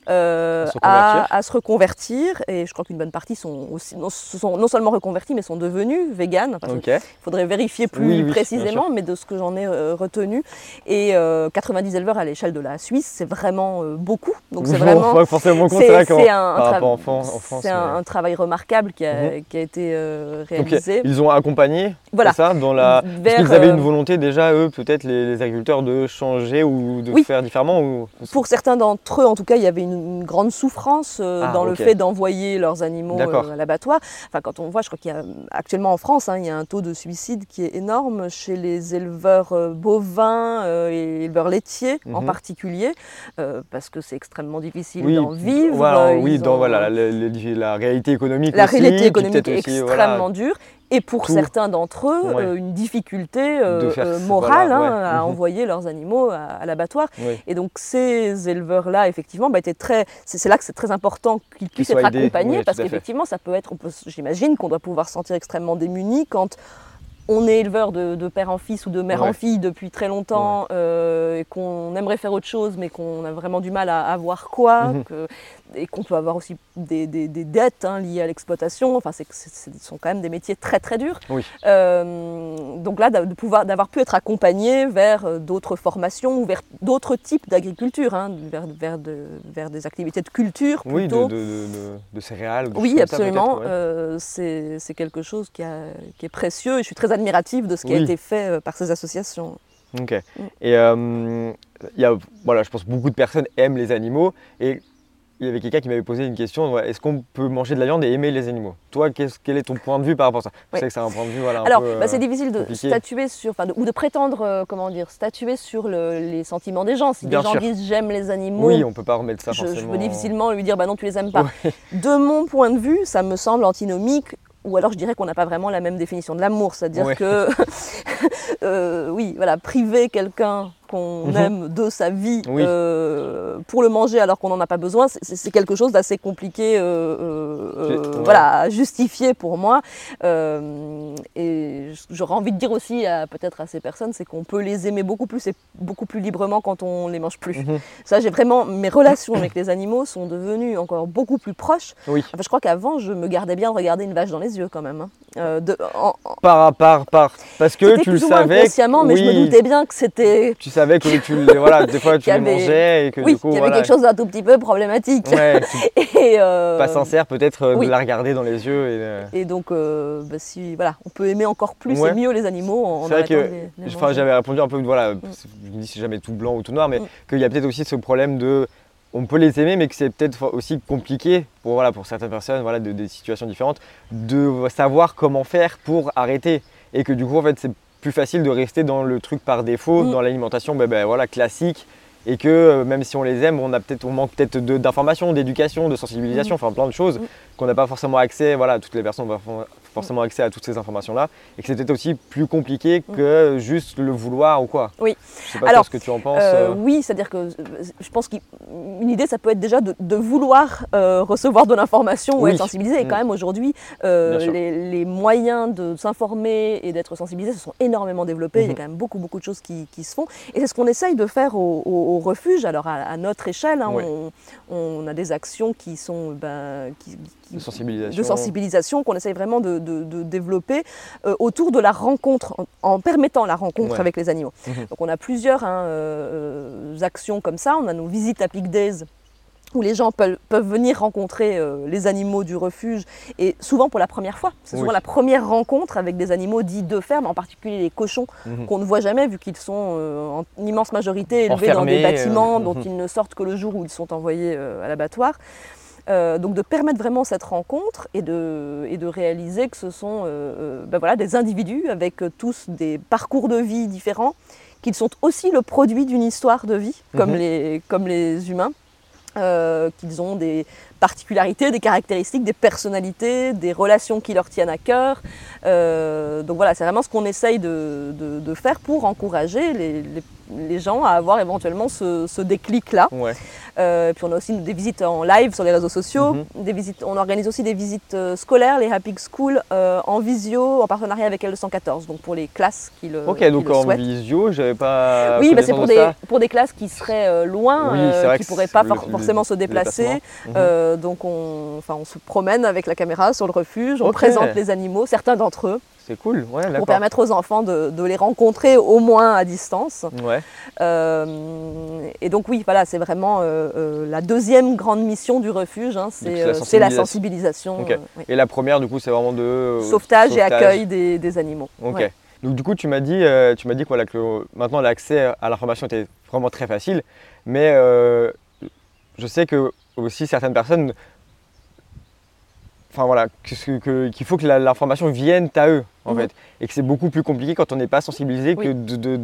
à se reconvertir. Et je crois qu'une bonne partie sont non seulement reconvertis, mais sont devenus véganes. Il faudrait vérifier plus précisément, mais de ce que j'en ai retenu. Et 90 éleveurs à l'échelle de la Suisse, c'est vraiment beaucoup. Donc c'est vraiment un travail remarquable qui a été réalisé. Donc, ils ont accompagné ça dans parce qu'ils avaient une volonté déjà, eux, peut-être les agriculteurs, de changer ou de faire différemment Pour certains d'entre eux, en tout cas, il y avait une grande souffrance dans le fait d'envoyer leurs animaux à l'abattoir. Enfin, quand on voit, je crois qu'il y a actuellement en France, il y a un taux de suicide qui est énorme chez les éleveurs bovins et éleveurs laitiers en particulier, parce que c'est extrêmement difficile d'en vivre. La réalité économique La réalité économique est extrêmement dure. Et pour certains d'entre eux, une difficulté morale à envoyer leurs animaux à l'abattoir. Et donc ces éleveurs-là, effectivement, c'est là que c'est très important qu'ils puissent être accompagnés, parce qu'effectivement, ça peut être, j'imagine qu'on doit pouvoir se sentir extrêmement démunis quand on est éleveur de père en fils ou de mère en fille depuis très longtemps, et qu'on aimerait faire autre chose, mais qu'on a vraiment du mal à voir quoi, et qu'on peut avoir aussi des dettes liées à l'exploitation. Enfin, ce sont quand même des métiers très très durs. Oui. Donc là, d'avoir pu être accompagné vers d'autres formations ou vers d'autres types d'agriculture, vers des activités de culture plutôt. Oui, de céréales. Oui, absolument. C'est quelque chose qui est précieux, et je suis très admirative de ce qui a été fait par ces associations. Ok. Et je pense que beaucoup de personnes aiment les animaux, et il y avait quelqu'un qui m'avait posé une question, est-ce qu'on peut manger de la viande et aimer les animaux? Toi, quel est ton point de vue par rapport à ça? Je sais que c'est un point de vue un peu c'est difficile de compliqué. statuer sur, ou de prétendre, statuer sur les sentiments des gens. Si des gens disent j'aime les animaux, oui, on ne peut pas remettre ça forcément. Je peux difficilement lui dire non, tu les aimes pas. De mon point de vue, ça me semble antinomique. Ou alors je dirais qu'on n'a pas vraiment la même définition de l'amour, c'est-à-dire que priver quelqu'un qu'on aime de sa vie pour le manger alors qu'on n'en a pas besoin, c'est quelque chose d'assez compliqué à justifier pour moi. Et j'aurais envie de dire aussi peut-être à ces personnes, c'est qu'on peut les aimer beaucoup plus et beaucoup plus librement quand on les mange plus. Ça, mes relations avec les animaux sont devenues encore beaucoup plus proches. Oui. Enfin, je crois qu'avant, je me gardais bien de regarder une vache dans les yeux quand même. Parce que tu le savais. Inconsciemment, mais je me doutais bien que c'était. Tu savais que des fois tu les mangeais et que du coup. qu'il y avait quelque chose d'un tout petit peu problématique. Pas sincère peut-être de la regarder dans les yeux. Et donc, on peut aimer encore plus et mieux les animaux. C'est vrai que j'avais répondu un peu, je me dis c'est jamais tout blanc ou tout noir, mais qu'il y a peut-être aussi ce problème de. On peut les aimer, mais que c'est peut-être aussi compliqué pour certaines personnes des situations différentes de savoir comment faire pour arrêter. Et que du coup, en fait, c'est plus facile de rester dans le truc par défaut, dans l'alimentation classique. Et que même si on les aime, on manque peut-être d'informations, d'éducation, de sensibilisation, enfin plein de choses qu'on n'a pas forcément accès. Toutes les personnes n'ont pas forcément accès à toutes ces informations-là, et que c'est peut-être aussi plus compliqué que juste le vouloir ou quoi. Oui. Je sais pas ce que tu en penses. Oui, c'est-à-dire que je pense qu'une idée, ça peut être déjà de vouloir recevoir de l'information ou être sensibilisé. Et quand même aujourd'hui, les moyens de s'informer et d'être sensibilisé se sont énormément développés. Il y a quand même beaucoup de choses qui se font. Et c'est ce qu'on essaye de faire au refuge. Alors à notre échelle, on a des actions qui sont de sensibilisation qu'on essaye vraiment de développer autour de la rencontre, en permettant la rencontre avec les animaux. Donc on a plusieurs actions comme ça. On a nos visites à Pig Days, où les gens peuvent venir rencontrer les animaux du refuge, et souvent pour la première fois. C'est souvent la première rencontre avec des animaux dits de ferme, en particulier les cochons, qu'on ne voit jamais vu qu'ils sont en immense majorité élevés dans des bâtiments dont ils ne sortent que le jour où ils sont envoyés à l'abattoir. Donc de permettre vraiment cette rencontre et de réaliser que ce sont des individus avec tous des parcours de vie différents, qu'ils sont aussi le produit d'une histoire de vie, comme les humains. Qu'ils ont des particularités, des caractéristiques, des personnalités, des relations qui leur tiennent à cœur. Donc voilà, c'est vraiment ce qu'on essaye de faire pour encourager les gens à avoir éventuellement ce déclic-là. Puis on a aussi des visites en live sur les réseaux sociaux, on organise aussi des visites scolaires, les Happy School, en visio, en partenariat avec L214, donc pour les classes qui le souhaitent. Donc en visio, j'avais pas. Oui, c'est pour des classes qui seraient loin, qui ne pourraient pas forcément se déplacer. Donc on se promène avec la caméra sur le refuge, on présente les animaux, certains d'entre eux. C'est cool, pour permettre aux enfants de les rencontrer au moins à distance. Et donc c'est vraiment la deuxième grande mission du refuge, c'est la sensibilisation. Et la première, du coup, c'est vraiment de sauvetage et accueil des animaux. Donc du coup, tu m'as dit que maintenant l'accès à l'information était vraiment très facile, mais je sais que aussi certaines personnes, qu'il faut que l'information vienne à eux en fait, et que c'est beaucoup plus compliqué quand on n'est pas sensibilisé que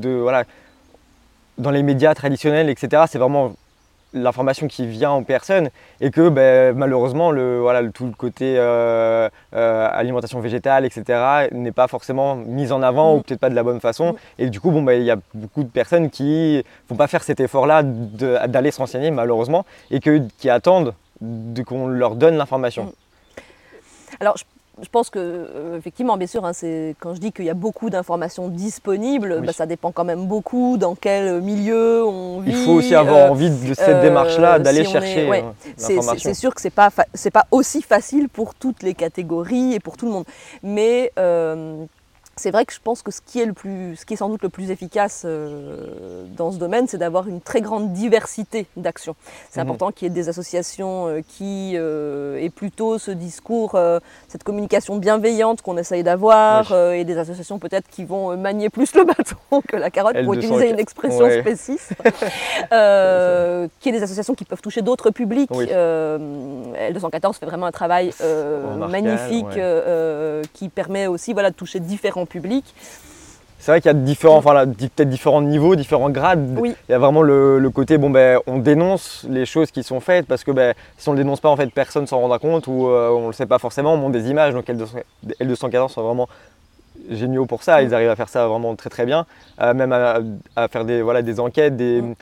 dans les médias traditionnels, etc. C'est vraiment l'information qui vient en personne, et que malheureusement tout le côté alimentation végétale, etc. n'est pas forcément mis en avant, ou peut-être pas de la bonne façon, et du coup il y a beaucoup de personnes qui vont pas faire cet effort là d'aller se renseigner malheureusement, et qui attendent qu'on leur donne l'information. Alors je pense que, effectivement, bien sûr, hein, quand je dis qu'il y a beaucoup d'informations disponibles, ça dépend quand même beaucoup dans quel milieu on vit. Il faut aussi avoir envie de cette démarche-là, d'aller chercher l'information. C'est sûr que c'est pas aussi facile pour toutes les catégories et pour tout le monde. Mais c'est vrai que je pense que ce qui est sans doute le plus efficace dans ce domaine, c'est d'avoir une très grande diversité d'actions. C'est important qu'il y ait des associations qui aient plutôt ce discours, cette communication bienveillante qu'on essaye d'avoir, et des associations peut-être qui vont manier plus le bâton que la carotte, pour utiliser une expression spécifique. Qu'il y ait des associations qui peuvent toucher d'autres publics. L214 fait vraiment un travail magnifique qui permet aussi de toucher différents publics. C'est vrai qu'il y a peut-être différents niveaux, différents grades. Il y a vraiment le côté, on dénonce les choses qui sont faites parce que si on ne le dénonce pas, en fait, personne ne s'en rendra compte ou on ne le sait pas forcément, on montre des images. Donc L214 sont vraiment géniaux pour ça, ils arrivent à faire ça vraiment très très bien, même à faire des enquêtes,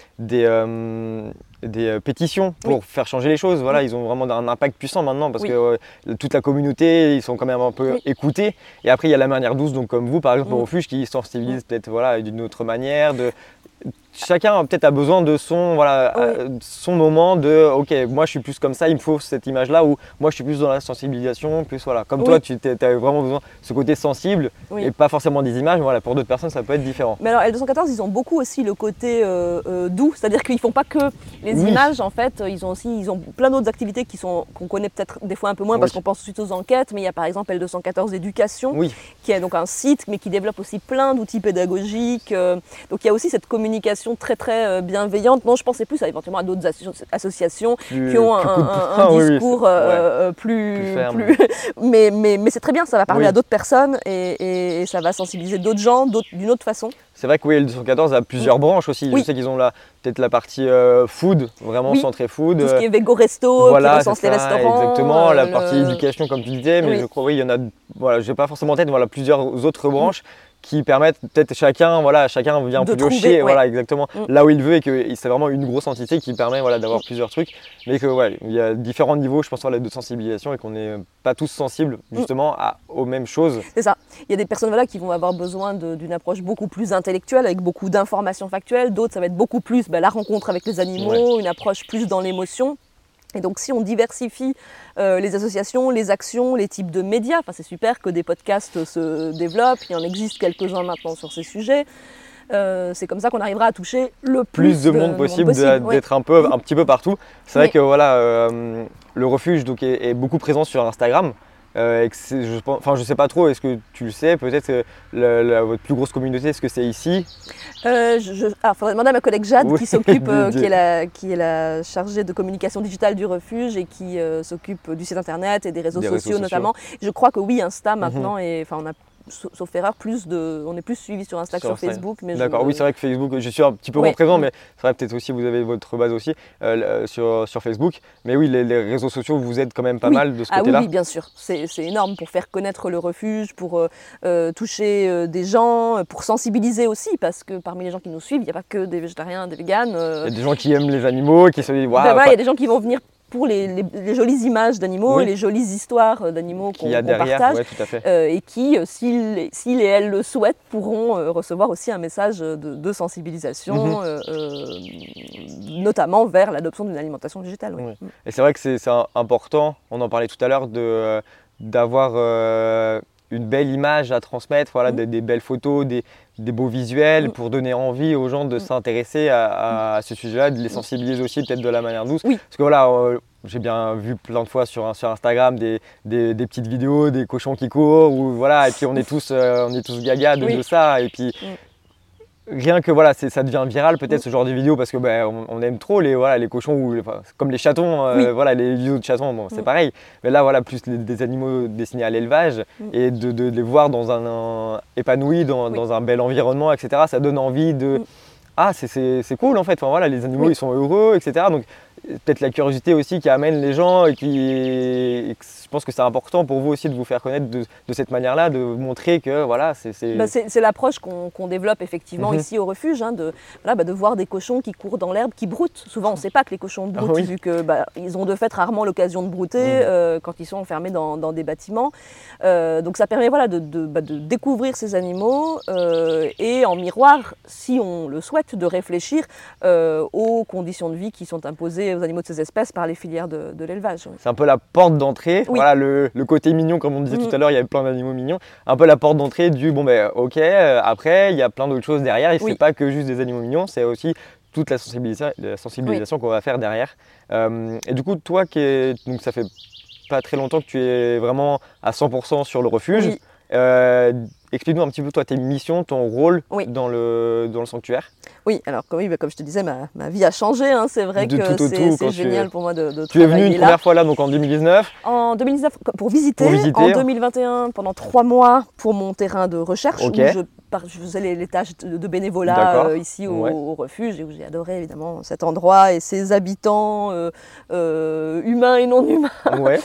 des pétitions pour faire changer les choses. Ils ont vraiment un impact puissant maintenant parce que toute la communauté, ils sont quand même un peu écoutés. Et après, il y a la manière douce, donc comme vous, par exemple, au refuge, qui sensibilise peut-être d'une autre manière. Chacun peut-être a besoin de son moment de ok, moi je suis plus comme ça, il me faut cette image là, ou moi je suis plus dans la sensibilisation, plus comme toi tu as vraiment besoin de ce côté sensible et pas forcément des images, mais pour d'autres personnes ça peut être différent. Mais alors L214 ils ont beaucoup aussi le côté doux, c'est-à-dire qu'ils font pas que les images en fait, ils ont plein d'autres activités qu'on connaît peut-être des fois un peu moins parce qu'on pense tout de suite aux enquêtes, mais il y a par exemple L214 Éducation qui est donc un site mais qui développe aussi plein d'outils pédagogiques, donc il y a aussi cette communication très très bienveillante. Non, je pensais plus éventuellement à d'autres associations qui ont un discours plus ferme. Mais c'est très bien, ça va parler à d'autres personnes et ça va sensibiliser d'autres gens d'une autre façon. C'est vrai que L214 a plusieurs branches aussi. Je sais qu'ils ont peut-être la partie food, vraiment centrée food. Tout ce qui est végo resto, qui recense les restaurants. Exactement, la partie éducation comme tu disais, mais je crois il y en a, je n'ai pas forcément en tête, plusieurs autres branches qui permettent peut-être chacun vient piocher exactement là où il veut et que c'est vraiment une grosse entité qui permet d'avoir plusieurs trucs, mais que il y a différents niveaux je pense de sensibilisation et qu'on n'est pas tous sensibles justement aux mêmes choses. C'est ça, il y a des personnes qui vont avoir besoin d'une approche beaucoup plus intellectuelle avec beaucoup d'informations factuelles, d'autres ça va être beaucoup plus la rencontre avec les animaux, une approche plus dans l'émotion. Et donc si on diversifie les associations, les actions, les types de médias, c'est super que des podcasts se développent, il y en existe quelques-uns maintenant sur ces sujets, c'est comme ça qu'on arrivera à toucher le plus de monde possible, d'être un petit peu partout. C'est vrai que le refuge est beaucoup présent sur Instagram. Je sais pas trop, est-ce que tu le sais, peut-être votre plus grosse communauté, est-ce que c'est ici? Alors, faudrait demander à ma collègue Jade qui s'occupe, qui est la chargée de communication digitale du refuge et qui s'occupe du site internet et des réseaux sociaux notamment. Je crois que oui, Insta maintenant, on a sauf erreur, on est plus suivi sur Insta que sur Facebook. D'accord, oui, c'est vrai que Facebook, je suis un petit peu moins présent, mais c'est vrai peut-être aussi vous avez votre base aussi sur Facebook. Mais oui, les réseaux sociaux vous aident quand même pas mal de ce côté-là. Oui, bien sûr, c'est énorme pour faire connaître le refuge, pour toucher des gens, pour sensibiliser aussi, parce que parmi les gens qui nous suivent, il n'y a pas que des végétariens, des véganes. Il y a des gens qui aiment les animaux, qui se disent waouh. Il y a des gens qui vont venir pour les jolies images d'animaux et les jolies histoires d'animaux qu'on partage, tout à fait. Et qui, s'ils et elles le souhaitent, pourront recevoir aussi un message de sensibilisation, notamment vers l'adoption d'une alimentation végétale. Et c'est vrai que c'est important, on en parlait tout à l'heure, d'avoir une belle image à transmettre, des belles photos, des beaux visuels pour donner envie aux gens de s'intéresser à ce sujet-là, de les sensibiliser aussi peut-être de la manière douce. Parce que j'ai bien vu plein de fois sur Instagram des petites vidéos, des cochons qui courent, et puis on est tous gaga de ça. Et puis rien que ça devient viral peut-être ce genre de vidéo parce que on aime trop les cochons comme les chatons, les vidéos de chatons, c'est pareil. Mais là plus des animaux destinés à l'élevage et de les voir épanouis dans un bel environnement, etc. Ça donne envie de c'est cool en fait. Les animaux ils sont heureux, etc. Donc peut-être la curiosité aussi qui amène les gens et je pense que c'est important pour vous aussi de vous faire connaître de cette manière-là, de montrer que voilà, c'est l'approche qu'on développe effectivement ici au refuge, hein, de voir des cochons qui courent dans l'herbe, qui broutent. Souvent, on ne sait pas que les cochons broutent, vu qu'ils ont de fait rarement l'occasion de brouter quand ils sont enfermés dans des bâtiments. Donc ça permet de découvrir ces animaux et en miroir, si on le souhaite, de réfléchir aux conditions de vie qui sont imposées aux animaux de ces espèces par les filières de l'élevage. C'est un peu la porte d'entrée, voilà le côté mignon, comme on disait tout à l'heure, il y avait plein d'animaux mignons, un peu la porte d'entrée du après il y a plein d'autres choses derrière, et c'est pas que juste des animaux mignons, c'est aussi toute la sensibilisation qu'on va faire derrière. Et du coup, toi donc ça fait pas très longtemps que tu es vraiment à 100% sur le refuge. Explique-nous un petit peu toi tes missions, ton rôle dans le sanctuaire. Oui, alors comme je te disais, ma vie a changé, hein. C'est vrai que c'est génial pour moi de travailler là. Tu es venu une première fois là, donc en 2019 ? En 2019 pour visiter, en 2021 pendant 3 mois pour mon terrain de recherche, où je faisais les tâches de bénévolat ici au refuge, et où j'ai adoré évidemment cet endroit et ses habitants humains et non humains.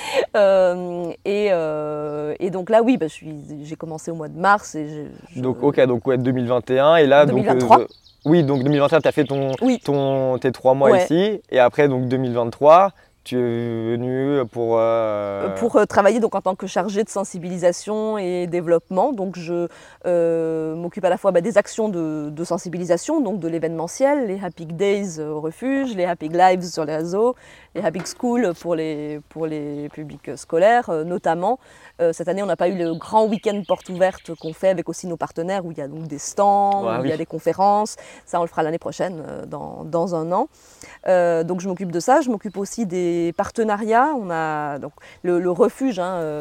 Et donc là, j'ai commencé au mois de mars. Donc 2021 et là 2023. Donc 2021, tu as fait tes 3 mois ici, et après donc 2023, tu es venu pour travailler donc en tant que chargée de sensibilisation et développement. Donc je m'occupe à la fois des actions de sensibilisation, donc de l'événementiel, les Happy Days au refuge, les Happy Lives sur les réseaux, les Happy School pour les publics scolaires notamment. Cette année, on n'a pas eu le grand week-end porte ouverte qu'on fait avec aussi nos partenaires, où il y a donc des stands, où il y a des conférences. Ça, on le fera l'année prochaine, dans un an. Donc je m'occupe de ça. Je m'occupe aussi des partenariats. On a donc le refuge,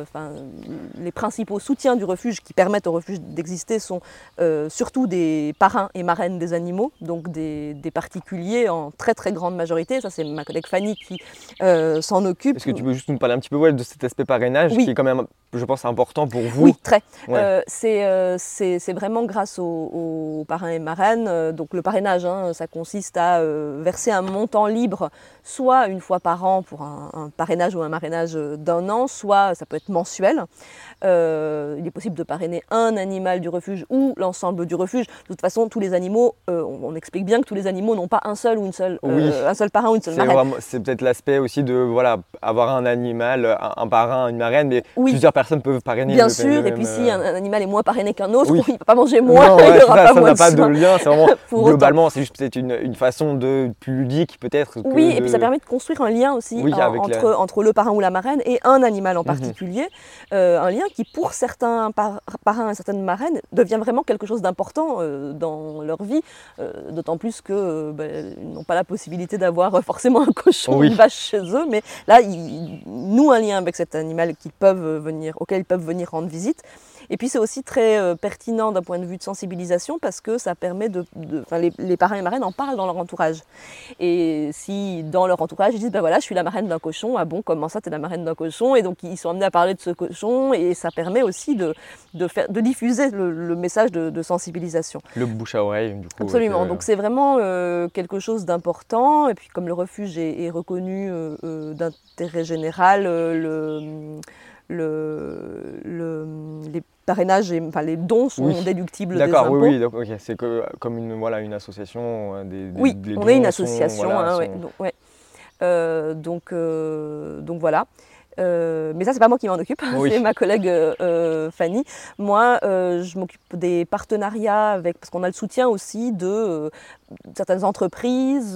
les principaux soutiens du refuge qui permettent au refuge d'exister sont surtout des parrains et marraines des animaux, donc des particuliers en très très grande majorité. Ça, c'est ma collègue Fanny qui s'en occupe. Est-ce que tu peux juste nous parler un petit peu de cet aspect parrainage qui est quand même, je pense, important pour vous? Oui, très. C'est vraiment grâce aux parrains et marraines. Donc le parrainage, ça consiste à verser un montant libre, soit une fois par an pour un parrainage ou un marrainage d'1 an, soit ça peut être mensuel. Il est possible de parrainer un animal du refuge ou l'ensemble du refuge. De toute façon, tous les animaux, on explique bien que tous les animaux n'ont pas un seul parrain ou une seule marraine. C'est peut-être l'aspect aussi de avoir un animal, un parrain, une marraine, mais plusieurs personnes peuvent parrainer. Bien sûr, et puis si un animal est moins parrainé qu'un autre, il ne peut pas manger moins, il n'y aura pas moins de soins. Ça n'a pas de lien, c'est vraiment globalement, c'est juste peut-être une façon plus ludique peut-être. Et puis ça permet de construire un lien aussi entre le parrain ou la marraine et un animal en particulier. Un lien qui, pour certains parrains et certaines marraines, devient vraiment quelque chose d'important dans leur vie, d'autant plus qu'ils n'ont pas la possibilité d'avoir forcément un cochon ou une vache chez eux, mais là, ils nouent un lien avec cet animal auquel ils peuvent venir rendre visite. Et puis c'est aussi très pertinent d'un point de vue de sensibilisation, parce que ça permet les parrains et marraines en parlent dans leur entourage. Et si dans leur entourage ils disent je suis la marraine d'un cochon, ah bon, comment ça t'es la marraine d'un cochon, et donc ils sont amenés à parler de ce cochon, et ça permet aussi de diffuser le message de sensibilisation. Le bouche à oreille, du coup. Absolument, donc c'est vraiment quelque chose d'important. Et puis comme le refuge est reconnu d'intérêt général, les parrainages, les dons sont déductibles des impôts. D'accord, c'est comme une association. On est une association. Donc voilà. Mais ça, c'est pas moi qui m'en occupe, c'est ma collègue Fanny. Moi, je m'occupe des partenariats parce qu'on a le soutien aussi de certaines entreprises,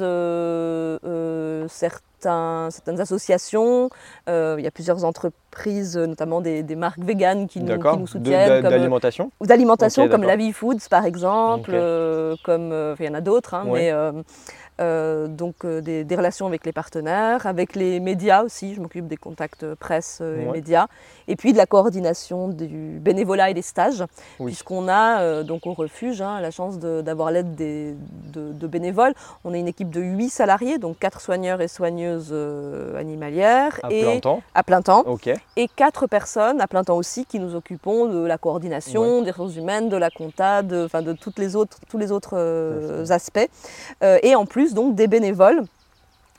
certaines associations. Il y a plusieurs entreprises, notamment des marques véganes qui nous soutiennent. D'alimentation comme La Vie Foods par exemple, il y en a d'autres, mais donc des relations avec les partenaires, avec les médias aussi. Je m'occupe des contacts presse et médias, et puis de la coordination du bénévolat et des stages, puisqu'on a donc au refuge la chance d'avoir l'aide de bénévoles. On est une équipe de 8 salariés, donc 4 soigneurs et soigneuses animalières à plein temps, et 4 personnes à plein temps aussi qui nous occupons de la coordination, des ressources humaines, de la compta, de tous les autres aspects, et en plus donc des bénévoles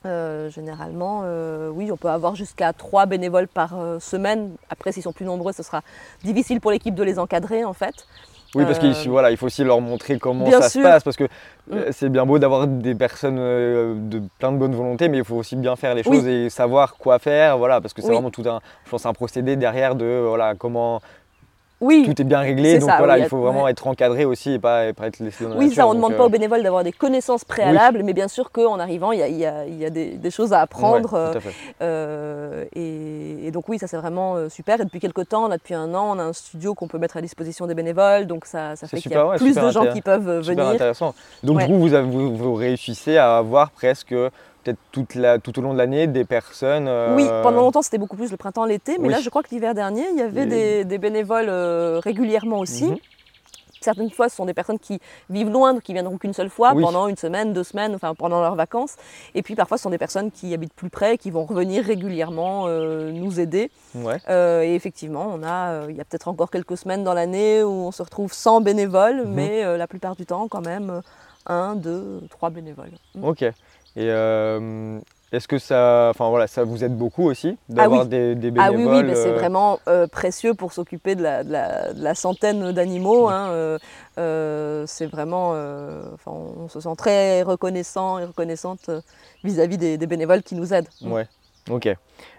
Généralement, oui, on peut avoir jusqu'à 3 bénévoles par semaine. Après, s'ils sont plus nombreux, ce sera difficile pour l'équipe de les encadrer en fait. Oui, parce qu'il faut aussi leur montrer comment ça se passe, parce que c'est bien beau d'avoir des personnes de plein de bonne volonté, mais il faut aussi bien faire les choses et savoir quoi faire, voilà, parce que c'est vraiment je pense, un procédé derrière de comment tout est bien réglé, donc voilà, il faut vraiment être encadré aussi et pas être laissé dans la nature. Oui, ça, on ne demande pas aux bénévoles d'avoir des connaissances préalables, mais bien sûr qu'en arrivant, il y a des choses à apprendre. Tout à fait. Et donc oui, ça c'est vraiment super. Et depuis quelques temps, depuis 1 an, on a un studio qu'on peut mettre à disposition des bénévoles, donc ça fait qu'il y a plus de gens qui peuvent venir. Super intéressant. Donc du coup, vous réussissez à avoir presque peut-être tout au long de l'année des personnes. Oui, pendant longtemps c'était beaucoup plus le printemps, l'été, mais là je crois que l'hiver dernier il y avait des bénévoles régulièrement aussi. Certaines fois, ce sont des personnes qui vivent loin, donc qui viendront qu'une seule fois pendant 1 semaine, 2 semaines, enfin pendant leurs vacances. Et puis parfois, ce sont des personnes qui habitent plus près, qui vont revenir régulièrement nous aider. Et effectivement, il y a peut-être encore quelques semaines dans l'année où on se retrouve sans bénévoles, mais la plupart du temps, quand même, 1, 2, 3 bénévoles. Ok. Et est-ce que ça vous aide beaucoup aussi d'avoir des bénévoles? Ah oui, c'est vraiment précieux pour s'occuper de la centaine d'animaux. C'est vraiment, on se sent très reconnaissant et reconnaissante vis-à-vis des bénévoles qui nous aident. Ouais, ok.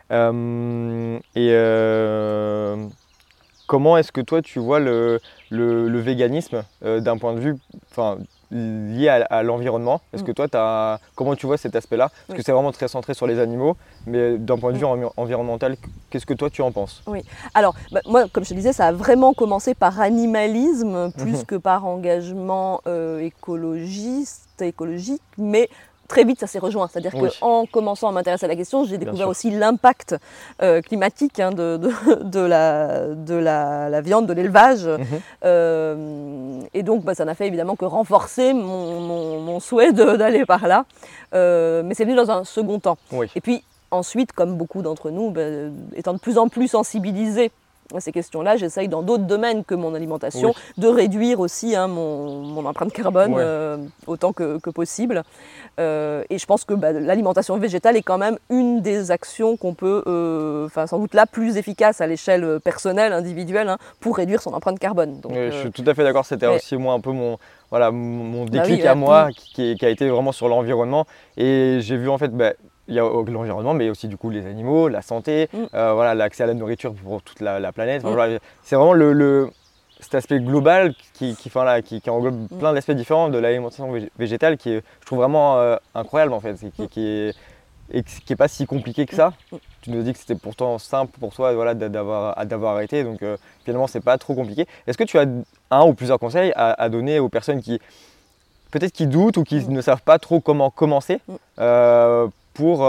Comment est-ce que toi tu vois le véganisme d'un point de vue lié à l'environnement? Est-ce que toi, comment tu vois cet aspect-là? Parce que c'est vraiment très centré sur les animaux, mais d'un point de vue environnemental, qu'est-ce que toi tu en penses? Oui, alors moi, comme je te disais, ça a vraiment commencé par animalisme plus que par engagement écologique, mais très vite, ça s'est rejoint. C'est-à-dire qu'en commençant à m'intéresser à la question, j'ai découvert aussi l'impact climatique de la viande, de l'élevage. Et donc, ça n'a fait évidemment que renforcer mon souhait d'aller par là. Mais c'est venu dans un second temps. Et puis ensuite, comme beaucoup d'entre nous, étant de plus en plus sensibilisés à ces questions-là, j'essaye dans d'autres domaines que mon alimentation de réduire aussi mon empreinte carbone autant que possible. Et je pense que l'alimentation végétale est quand même une des actions qu'on peut, sans doute la plus efficace à l'échelle personnelle, individuelle, pour réduire son empreinte carbone. Donc, je suis tout à fait d'accord, c'était aussi moi un peu mon déclic à moi qui a été vraiment sur l'environnement. Et j'ai vu en fait, il y a l'environnement, mais aussi du coup les animaux, la santé, l'accès à la nourriture pour toute la planète. C'est vraiment cet aspect global qui englobe plein d'aspects différents de l'alimentation végétale qui est, je trouve, vraiment incroyable en fait, qui est pas si compliqué que ça. Tu nous dis que c'était pourtant simple pour toi d'avoir arrêté, donc finalement c'est pas trop compliqué. Est-ce que tu as un ou plusieurs conseils à donner aux personnes qui peut-être qui doutent ou qui ne savent pas trop comment commencer pour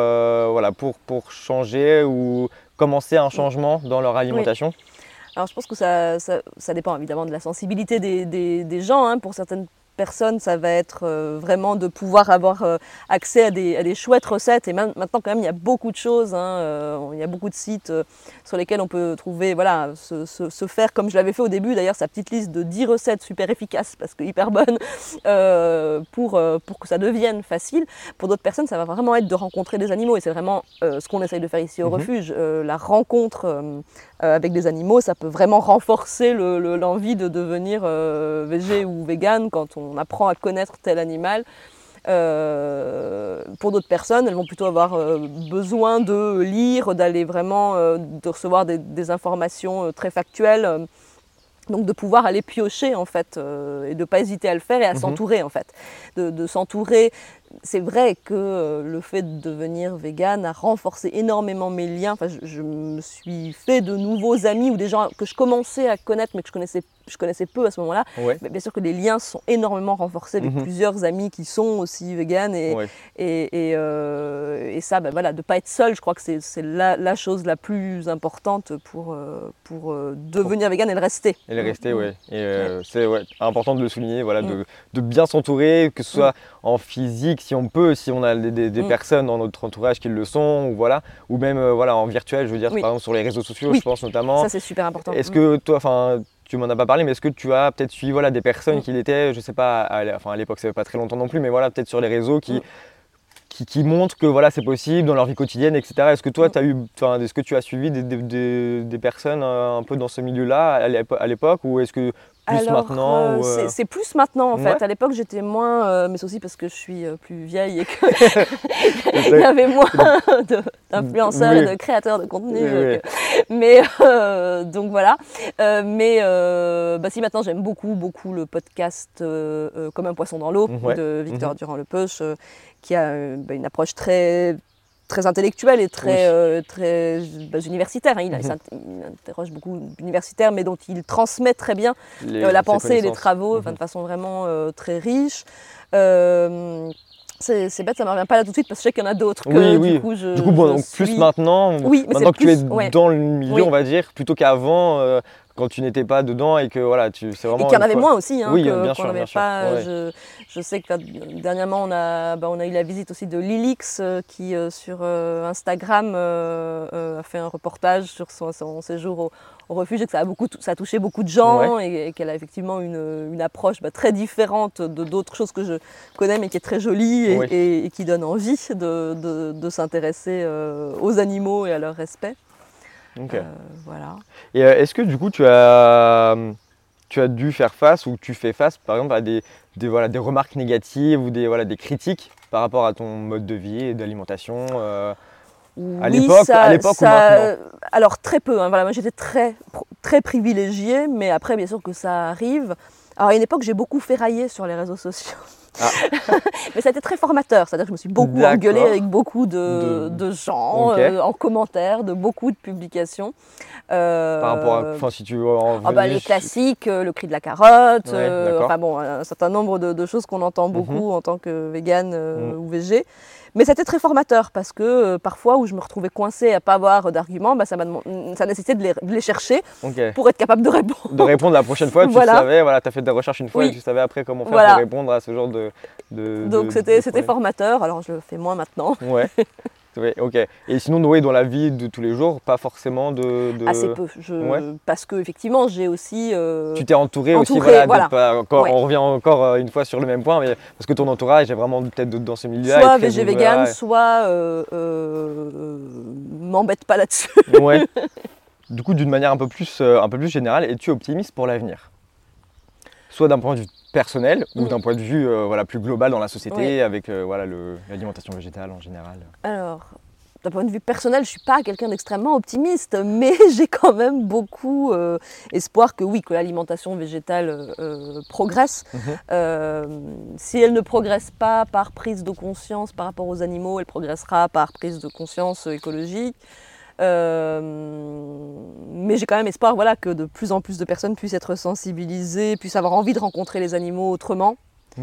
changer ou commencer un changement dans leur alimentation? Alors je pense que ça dépend évidemment de la sensibilité des gens. Pour certaines personnes, ça va être vraiment de pouvoir avoir accès à des chouettes recettes. Et maintenant, quand même, il y a beaucoup de choses. Il y a beaucoup de sites sur lesquels on peut trouver, se faire comme je l'avais fait au début. D'ailleurs, sa petite liste de 10 recettes super efficaces, parce que hyper bonnes, pour que ça devienne facile. Pour d'autres personnes, ça va vraiment être de rencontrer des animaux. Et c'est vraiment ce qu'on essaye de faire ici au refuge. La rencontre avec des animaux, ça peut vraiment renforcer l'envie de devenir végé ou vegan quand on apprend à connaître tel animal. Pour d'autres personnes, elles vont plutôt avoir besoin de lire, d'aller vraiment, de recevoir des informations très factuelles. Donc de pouvoir aller piocher en fait et de ne pas hésiter à le faire et à s'entourer en fait. De s'entourer. C'est vrai que le fait de devenir végane a renforcé énormément mes liens. Je me suis fait de nouveaux amis ou des gens que je commençais à connaître mais que je connaissais peu à ce moment-là. Mais bien sûr que les liens sont énormément renforcés avec plusieurs amis qui sont aussi véganes et ça, de ne pas être seul, je crois que c'est la chose la plus importante pour devenir végane et le rester. Et le rester, c'est important de le souligner, de bien s'entourer, que ce soit en physique, si on peut, si on a des personnes dans notre entourage qui le sont, ou même en virtuel, je veux dire, par exemple sur les réseaux sociaux, je pense notamment. Ça c'est super important. Est-ce que toi, tu m'en as pas parlé, mais est-ce que tu as peut-être suivi des personnes qui l'étaient, je sais pas, à l'époque ça fait pas très longtemps non plus, mais peut-être sur les réseaux qui qui montrent que voilà, c'est possible dans leur vie quotidienne, etc. Est-ce que toi, est-ce que tu as suivi des personnes un peu dans ce milieu-là à l'époque, ou est-ce que maintenant c'est plus maintenant en fait. À l'époque j'étais moins, mais c'est aussi parce que je suis plus vieille et qu'il y avait moins d'influenceurs et de créateurs de contenu. Mais donc voilà. Si maintenant j'aime beaucoup le podcast Comme un poisson dans l'eau de Victor Durand-Lepeuch, qui a une approche très intellectuelle et très universitaire. Il interroge beaucoup d'universitaires, mais dont il transmet très bien la pensée et les travaux de façon vraiment très riche. C'est bête, ça ne me revient pas là tout de suite parce que je sais qu'il y en a d'autres. Plus maintenant, maintenant que tu es dans le milieu, on va dire, plutôt qu'avant, quand tu n'étais pas dedans et que voilà, c'est vraiment. Et qu'il y en avait moins aussi. Bien sûr. Je sais que dernièrement, on a eu la visite aussi de Lilix qui, sur Instagram, a fait un reportage sur son séjour au refuge et que ça a touché beaucoup de gens et qu'elle a effectivement une approche très différente d'autres choses que je connais mais qui est très jolie et qui donne envie de s'intéresser aux animaux et à leur respect. Voilà. Et est-ce que du coup tu as dû faire face ou tu fais face par exemple à des remarques négatives ou des critiques par rapport à ton mode de vie et d'alimentation à l'époque ou maintenant? Alors très peu, moi j'étais très privilégiée, mais après bien sûr que ça arrive. Alors à une époque j'ai beaucoup ferraillé sur les réseaux sociaux. Mais ça a été très formateur, c'est-à-dire que je me suis beaucoup engueulée avec beaucoup de gens en commentaire, de beaucoup de publications. Par rapport à, si tu veux en les classiques, le cri de la carotte, un certain nombre de choses qu'on entend beaucoup en tant que végane ou végé. Mais c'était très formateur parce que parfois où je me retrouvais coincée à ne pas avoir d'arguments, ça nécessitait de les chercher pour être capable de répondre. De répondre la prochaine fois, tu savais, tu as fait des recherches une fois et tu savais après comment faire pour répondre à ce genre de Donc c'était formateur, alors je le fais moins maintenant. Et sinon, dans la vie de tous les jours, pas forcément assez peu. Parce que effectivement, j'ai aussi. Tu t'es entouré aussi, on revient encore une fois sur le même point, mais parce que ton entourage est vraiment peut-être dans ce milieu-là. Soit végé vegan, soit m'embête pas là-dessus. Du coup, d'une manière un peu plus générale, es-tu optimiste pour l'avenir? Soit d'un point de vue personnel ou d'un point de vue plus global dans la société avec l'alimentation végétale en général? Alors, d'un point de vue personnel, je ne suis pas quelqu'un d'extrêmement optimiste, mais j'ai quand même beaucoup espoir que l'alimentation végétale progresse. Si elle ne progresse pas par prise de conscience par rapport aux animaux, elle progressera par prise de conscience écologique. Mais j'ai quand même espoir que de plus en plus de personnes puissent être sensibilisées, puissent avoir envie de rencontrer les animaux autrement,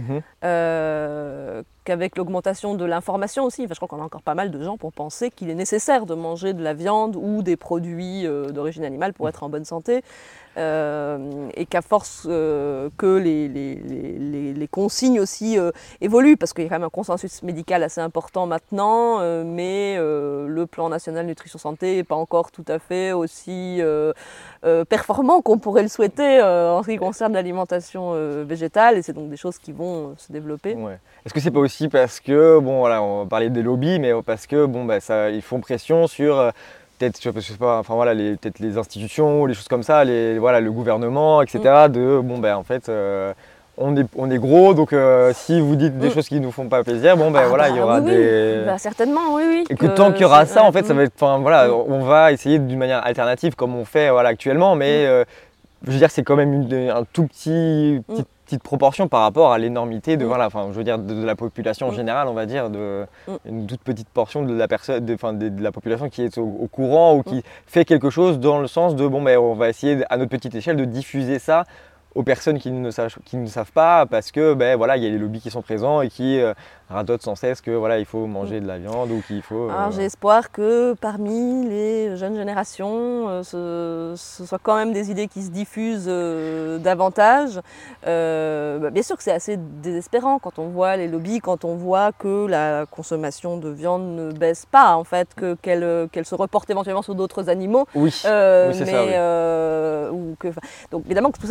qu'avec l'augmentation de l'information aussi. Je crois qu'on a encore pas mal de gens pour penser qu'il est nécessaire de manger de la viande ou des produits d'origine animale pour être en bonne santé. Et qu'à force que les consignes aussi évoluent, parce qu'il y a quand même un consensus médical assez important maintenant, mais le plan national nutrition santé n'est pas encore tout à fait aussi performant qu'on pourrait le souhaiter en ce qui concerne l'alimentation végétale, et c'est donc des choses qui vont se développer. Est-ce que c'est pas aussi parce que, on parlait des lobbies, mais parce que ils font pression sur peut-être, je sais pas, peut-être les institutions ou les choses comme ça, le gouvernement, etc. En fait, on est gros, donc si vous dites des choses qui ne nous font pas plaisir, il y aura des. Certainement, oui. Et que tant qu'il y aura ça, en fait, ça va être. On va essayer d'une manière alternative comme on fait actuellement, mais je veux dire, c'est quand même un tout petite proportion par rapport à l'énormité de la population en général, on va dire, une toute petite portion de la personne, de la population qui est au courant ou qui fait quelque chose dans le sens de on va essayer à notre petite échelle de diffuser ça aux personnes qui ne savent pas, parce que il y a les lobbies qui sont présents et qui radotent sans cesse que il faut manger de la viande ou qu'il faut. Alors, j'ai espoir que parmi les jeunes générations, ce soit quand même des idées qui se diffusent davantage. Bien sûr que c'est assez désespérant quand on voit les lobbies, quand on voit que la consommation de viande ne baisse pas, en fait, qu'elle se reporte éventuellement sur d'autres animaux. C'est ça. Donc évidemment que tout ça c'est très déprimant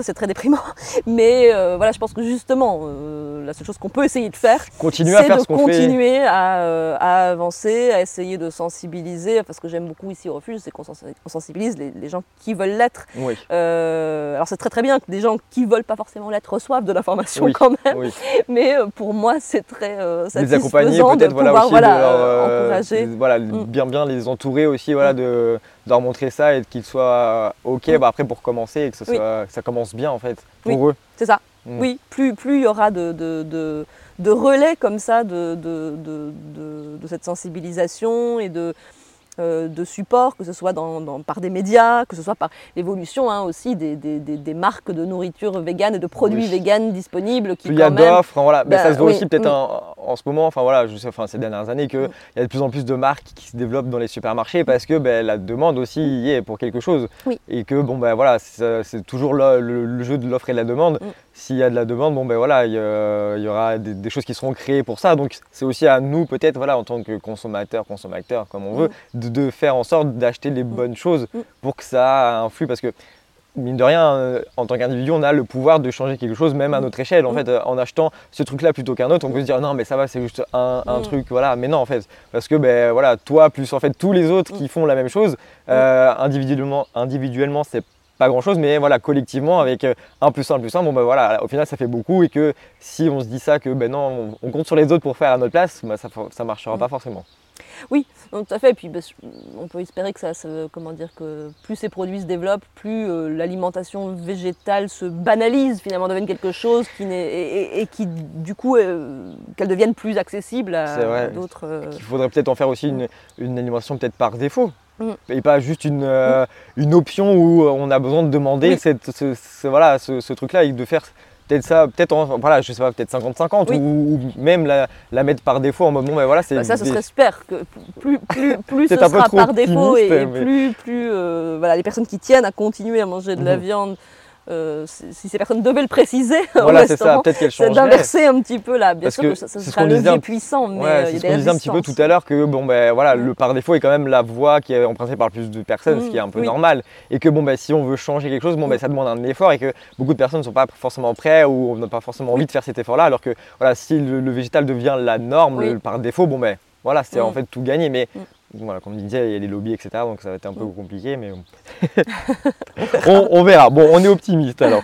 déprimant. Mais voilà, je pense que justement, la seule chose qu'on peut essayer de faire, continuer à faire ce qu'on fait. C'est de continuer à avancer, à essayer de sensibiliser. Parce que j'aime beaucoup ici au refuge, c'est qu'on sensibilise les gens qui veulent l'être. Oui. Alors c'est très très bien que des gens qui ne veulent pas forcément l'être reçoivent de l'information quand même. Oui. Mais pour moi, c'est très satisfaisant les accompagner, peut-être, de pouvoir aussi encourager. Bien les entourer aussi, de leur montrer ça et qu'ils soient OK après pour commencer et que ça commence bien en fait pour eux. C'est ça. Oui, plus il y aura de relais comme ça de cette sensibilisation et de support, que ce soit par des médias, que ce soit par l'évolution aussi des marques de nourriture végane et de produits véganes disponibles. Il y a d'offres, mais ça se voit aussi peut-être en ce moment, ces dernières années, qu'il y a de plus en plus de marques qui se développent dans les supermarchés parce que la demande aussi y est pour quelque chose. Et que c'est toujours le jeu de l'offre et de la demande. S'il y a de la demande, il y aura des choses qui seront créées pour ça. Donc c'est aussi à nous peut-être, en tant que consommateurs comme on veut, de faire en sorte d'acheter les bonnes choses pour que ça influe. Parce que mine de rien, en tant qu'individu, on a le pouvoir de changer quelque chose, même à notre échelle. En fait, en achetant ce truc-là plutôt qu'un autre, on peut se dire non, mais ça va, c'est juste un truc, mais non, en fait, parce que toi, plus en fait tous les autres qui font la même chose, individuellement, c'est pas grand chose, mais collectivement, avec 1 + 1 + 1, au final, ça fait beaucoup. Et que si on se dit ça, que non, on compte sur les autres pour faire à notre place, ça marchera pas forcément. Oui, donc, tout à fait. Et puis on peut espérer que que plus ces produits se développent, plus l'alimentation végétale se banalise, finalement devienne quelque chose et qui du coup qu'elle devienne plus accessible à d'autres. Il faudrait peut-être en faire aussi une alimentation peut-être par défaut. Et pas juste une option où on a besoin de demander ce truc-là et de faire peut-être ça, je sais pas, peut-être 50-50 ou même la mettre par défaut en mode c'est. Ça, ce serait super. Que plus ce sera par défaut et plus les personnes qui tiennent à continuer à manger de la viande. Si ces personnes devaient le préciser, c'est ça, peut-être qu'elles changeraient. C'est d'inverser un petit peu là. Bien sûr que ça sera un levier puissant, mais c'est ce qu'on disait un petit peu tout à l'heure que le par défaut est quand même la voie qui est empruntée par le plus de personnes, ce qui est un peu normal. Et que si on veut changer quelque chose, ça demande un effort et que beaucoup de personnes ne sont pas forcément prêtes ou n'ont pas forcément envie de faire cet effort-là. Alors que si le végétal devient la norme, par défaut, c'est en fait tout gagné. Mais comme on disait, il y a les lobbies, etc. Donc ça va être un peu compliqué, mais on verra. Bon, on est optimiste alors.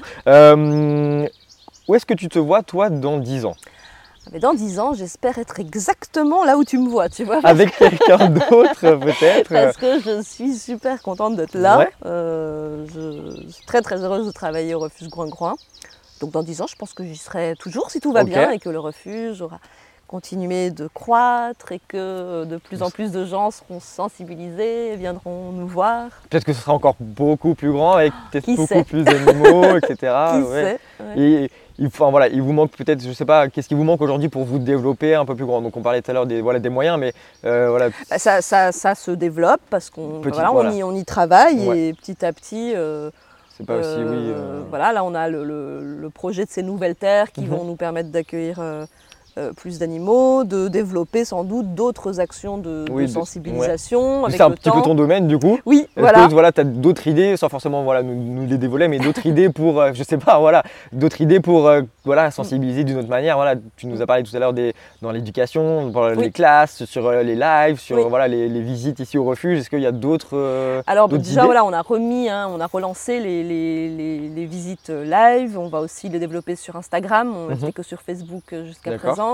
Où est-ce que tu te vois, toi, dans 10 ans ? Mais dans 10 ans, j'espère être exactement là où tu me vois, tu vois. Avec quelqu'un d'autre, peut-être. Parce que je suis super contente d'être là. Je suis très très heureuse de travailler au refuge Groing-Groing. Donc dans 10 ans, je pense que j'y serai toujours si tout va bien et que le refuge aura continuer de croître et que de plus en plus de gens seront sensibilisés et viendront nous voir. Peut-être que ce sera encore beaucoup plus grand avec peut-être beaucoup plus d'animaux, etc. Qui sait, Et il vous manque peut-être, je ne sais pas, qu'est-ce qui vous manque aujourd'hui pour vous développer un peu plus grand ? Donc on parlait tout à l'heure des moyens, mais Ça se développe parce qu'on on y travaille et petit à petit. C'est pas aussi, là on a le projet de ces nouvelles terres qui vont nous permettre d'accueillir plus d'animaux, de développer sans doute d'autres actions de sensibilisation avec c'est un petit peu ton domaine du coup. Oui, Est-ce que tu as d'autres idées, sans forcément nous les dévoiler, mais d'autres idées pour, d'autres idées pour sensibiliser d'une autre manière. Tu nous as parlé tout à l'heure dans l'éducation, dans les classes, sur les lives, sur les visites ici au refuge. Est-ce qu'il y a d'autres Alors d'autres déjà, idées on a relancé les visites live. On va aussi les développer sur Instagram. On n'était que sur Facebook jusqu'à présent.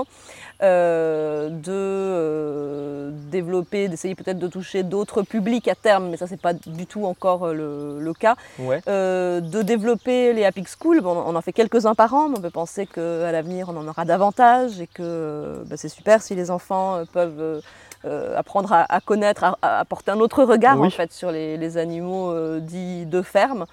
Développer, d'essayer peut-être de toucher d'autres publics à terme, mais ça c'est pas du tout encore le cas. De développer les Happy School, on en fait quelques-uns par an, mais on peut penser qu'à l'avenir on en aura davantage et que c'est super si les enfants peuvent apprendre à connaître, à apporter un autre regard en fait sur les animaux dits de ferme.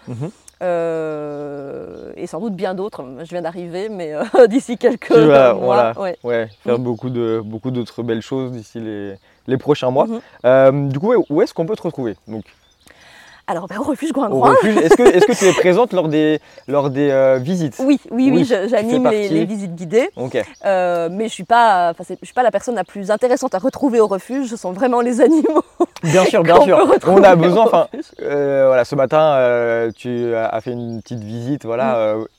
Et sans doute bien d'autres. Je viens d'arriver, mais d'ici quelques mois. Faire beaucoup d'autres belles choses d'ici les prochains mois. Du coup, où est-ce qu'on peut te retrouver donc ? Alors, au refuge Groing-Groing. Est-ce que tu es présente lors des visites ? Oui, j'anime les visites guidées. Mais je ne suis pas la personne la plus intéressante à retrouver au refuge. Ce sont vraiment les animaux. Bien sûr. On a besoin. Ce matin, tu as fait une petite visite.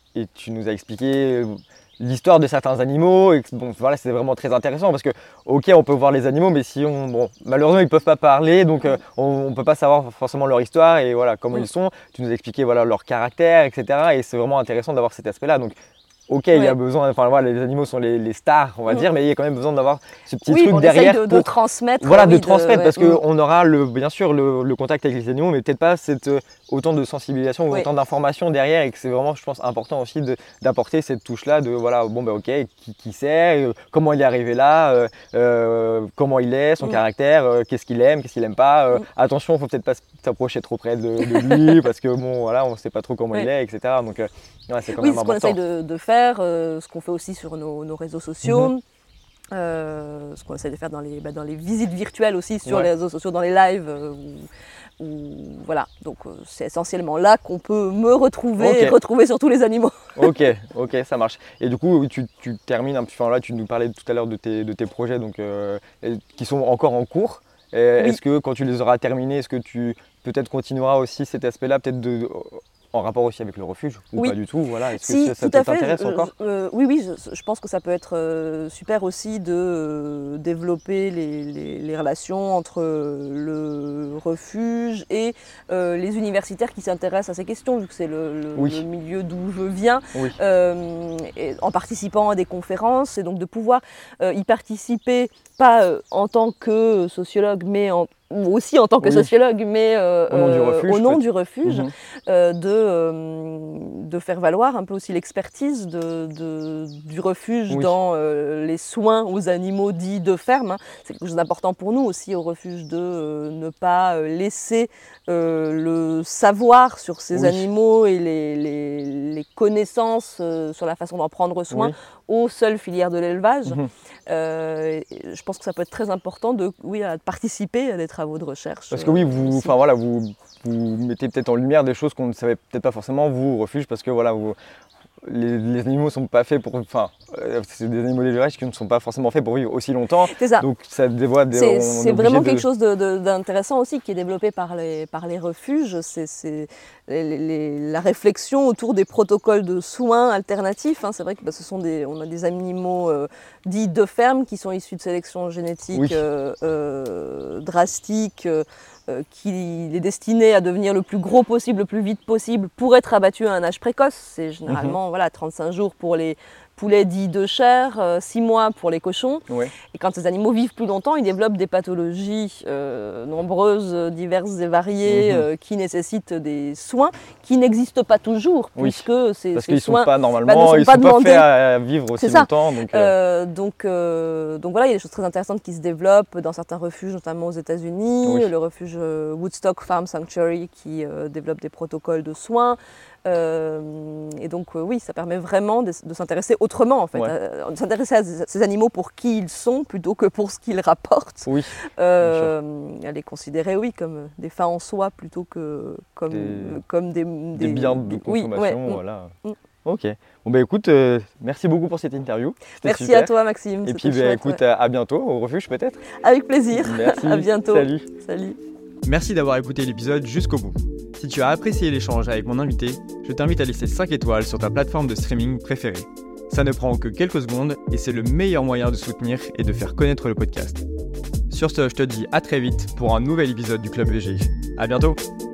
et tu nous as expliqué l'histoire de certains animaux. Et bon, voilà, c'est vraiment très intéressant parce que, ok, on peut voir les animaux, mais si malheureusement, ils ne peuvent pas parler, donc on ne peut pas savoir forcément leur histoire et voilà, comment ils sont. Tu nous as expliqué voilà, leur caractère, etc. Et c'est vraiment intéressant d'avoir cet aspect-là. Donc, ok, il y a besoin, les animaux sont les stars, on va dire, mais il y a quand même besoin d'avoir ce petit truc derrière. De transmettre. Voilà, de transmettre, parce qu'on aura bien sûr le contact avec les animaux, mais peut-être pas autant de sensibilisation ou autant d'informations derrière, et que c'est vraiment, je pense, important aussi d'apporter cette touche-là de voilà, ok, qui c'est, comment il est arrivé là, comment il est, son caractère, qu'est-ce qu'il aime, qu'est-ce qu'il aime pas. Attention, il ne faut peut-être pas s'approcher trop près de lui, parce que voilà, on ne sait pas trop comment il est, etc. Donc, c'est quand même important. Oui, ce qu'on essaye de faire, ce qu'on fait aussi sur nos réseaux sociaux, ce qu'on essaie de faire dans les visites virtuelles aussi sur les réseaux sociaux, dans les lives. Voilà, donc c'est essentiellement là qu'on peut me retrouver et retrouver surtout les animaux. Ok, ça marche. Et du coup, tu termines un petit peu, là tu nous parlais tout à l'heure de tes projets donc, qui sont encore en cours. Est-ce que quand tu les auras terminés, est-ce que tu peut-être continueras aussi cet aspect-là, peut-être en rapport aussi avec le refuge ou pas du tout, voilà. Est-ce que ça t'intéresse encore? Oui, je pense que ça peut être super aussi de développer les relations entre le refuge et les universitaires qui s'intéressent à ces questions, vu que c'est le milieu d'où je viens, et en participant à des conférences, et donc de pouvoir y participer, pas en tant que sociologue, mais aussi en tant que sociologue, mais au nom du refuge, de faire valoir un peu aussi l'expertise du refuge dans les soins aux animaux dits de ferme. C'est quelque chose d'important pour nous aussi au refuge de ne pas laisser le savoir sur ces animaux et les connaissances sur la façon d'en prendre soin aux seules filières de l'élevage. Je pense que ça peut être très important de participer à des travaux de recherche. Parce que vous mettez peut-être en lumière des choses qu'on ne savait peut-être pas forcément, vous, au refuge, parce que voilà, les animaux ne sont pas faits pour... c'est des animaux d'élevage qui ne sont pas forcément faits pour vivre aussi longtemps. C'est ça. Donc ça dévoile c'est vraiment quelque chose d'intéressant aussi qui est développé par les refuges. C'est la réflexion autour des protocoles de soins alternatifs. C'est vrai que on a des animaux dits de ferme qui sont issus de sélection génétique drastique, qui est destiné à devenir le plus gros possible, le plus vite possible pour être abattu à un âge précoce. C'est généralement 35 jours pour les poulets dits de chair, 6 mois pour les cochons. Et quand ces animaux vivent plus longtemps, ils développent des pathologies nombreuses, diverses et variées qui nécessitent des soins qui n'existent pas toujours, puisque ces parce qu'ils soins sont pas normalement, ils ne sont pas faits à vivre aussi longtemps. Donc voilà, il y a des choses très intéressantes qui se développent dans certains refuges, notamment aux États-Unis, le refuge Woodstock Farm Sanctuary qui développe des protocoles de soins. Et donc ça permet vraiment de s'intéresser autrement en fait, de s'intéresser à ces animaux pour qui ils sont plutôt que pour ce qu'ils rapportent. À les considérer comme des fins en soi plutôt que comme des biens de consommation. Voilà. Ok. Bon écoute, merci beaucoup pour cette interview. Merci super. À toi Maxime. Et puis écoute, à bientôt au refuge peut-être. Avec plaisir. Merci. À bientôt. Salut. Merci d'avoir écouté l'épisode jusqu'au bout. Si tu as apprécié l'échange avec mon invité, je t'invite à laisser 5 étoiles sur ta plateforme de streaming préférée. Ça ne prend que quelques secondes et c'est le meilleur moyen de soutenir et de faire connaître le podcast. Sur ce, je te dis à très vite pour un nouvel épisode du Club VG. À bientôt.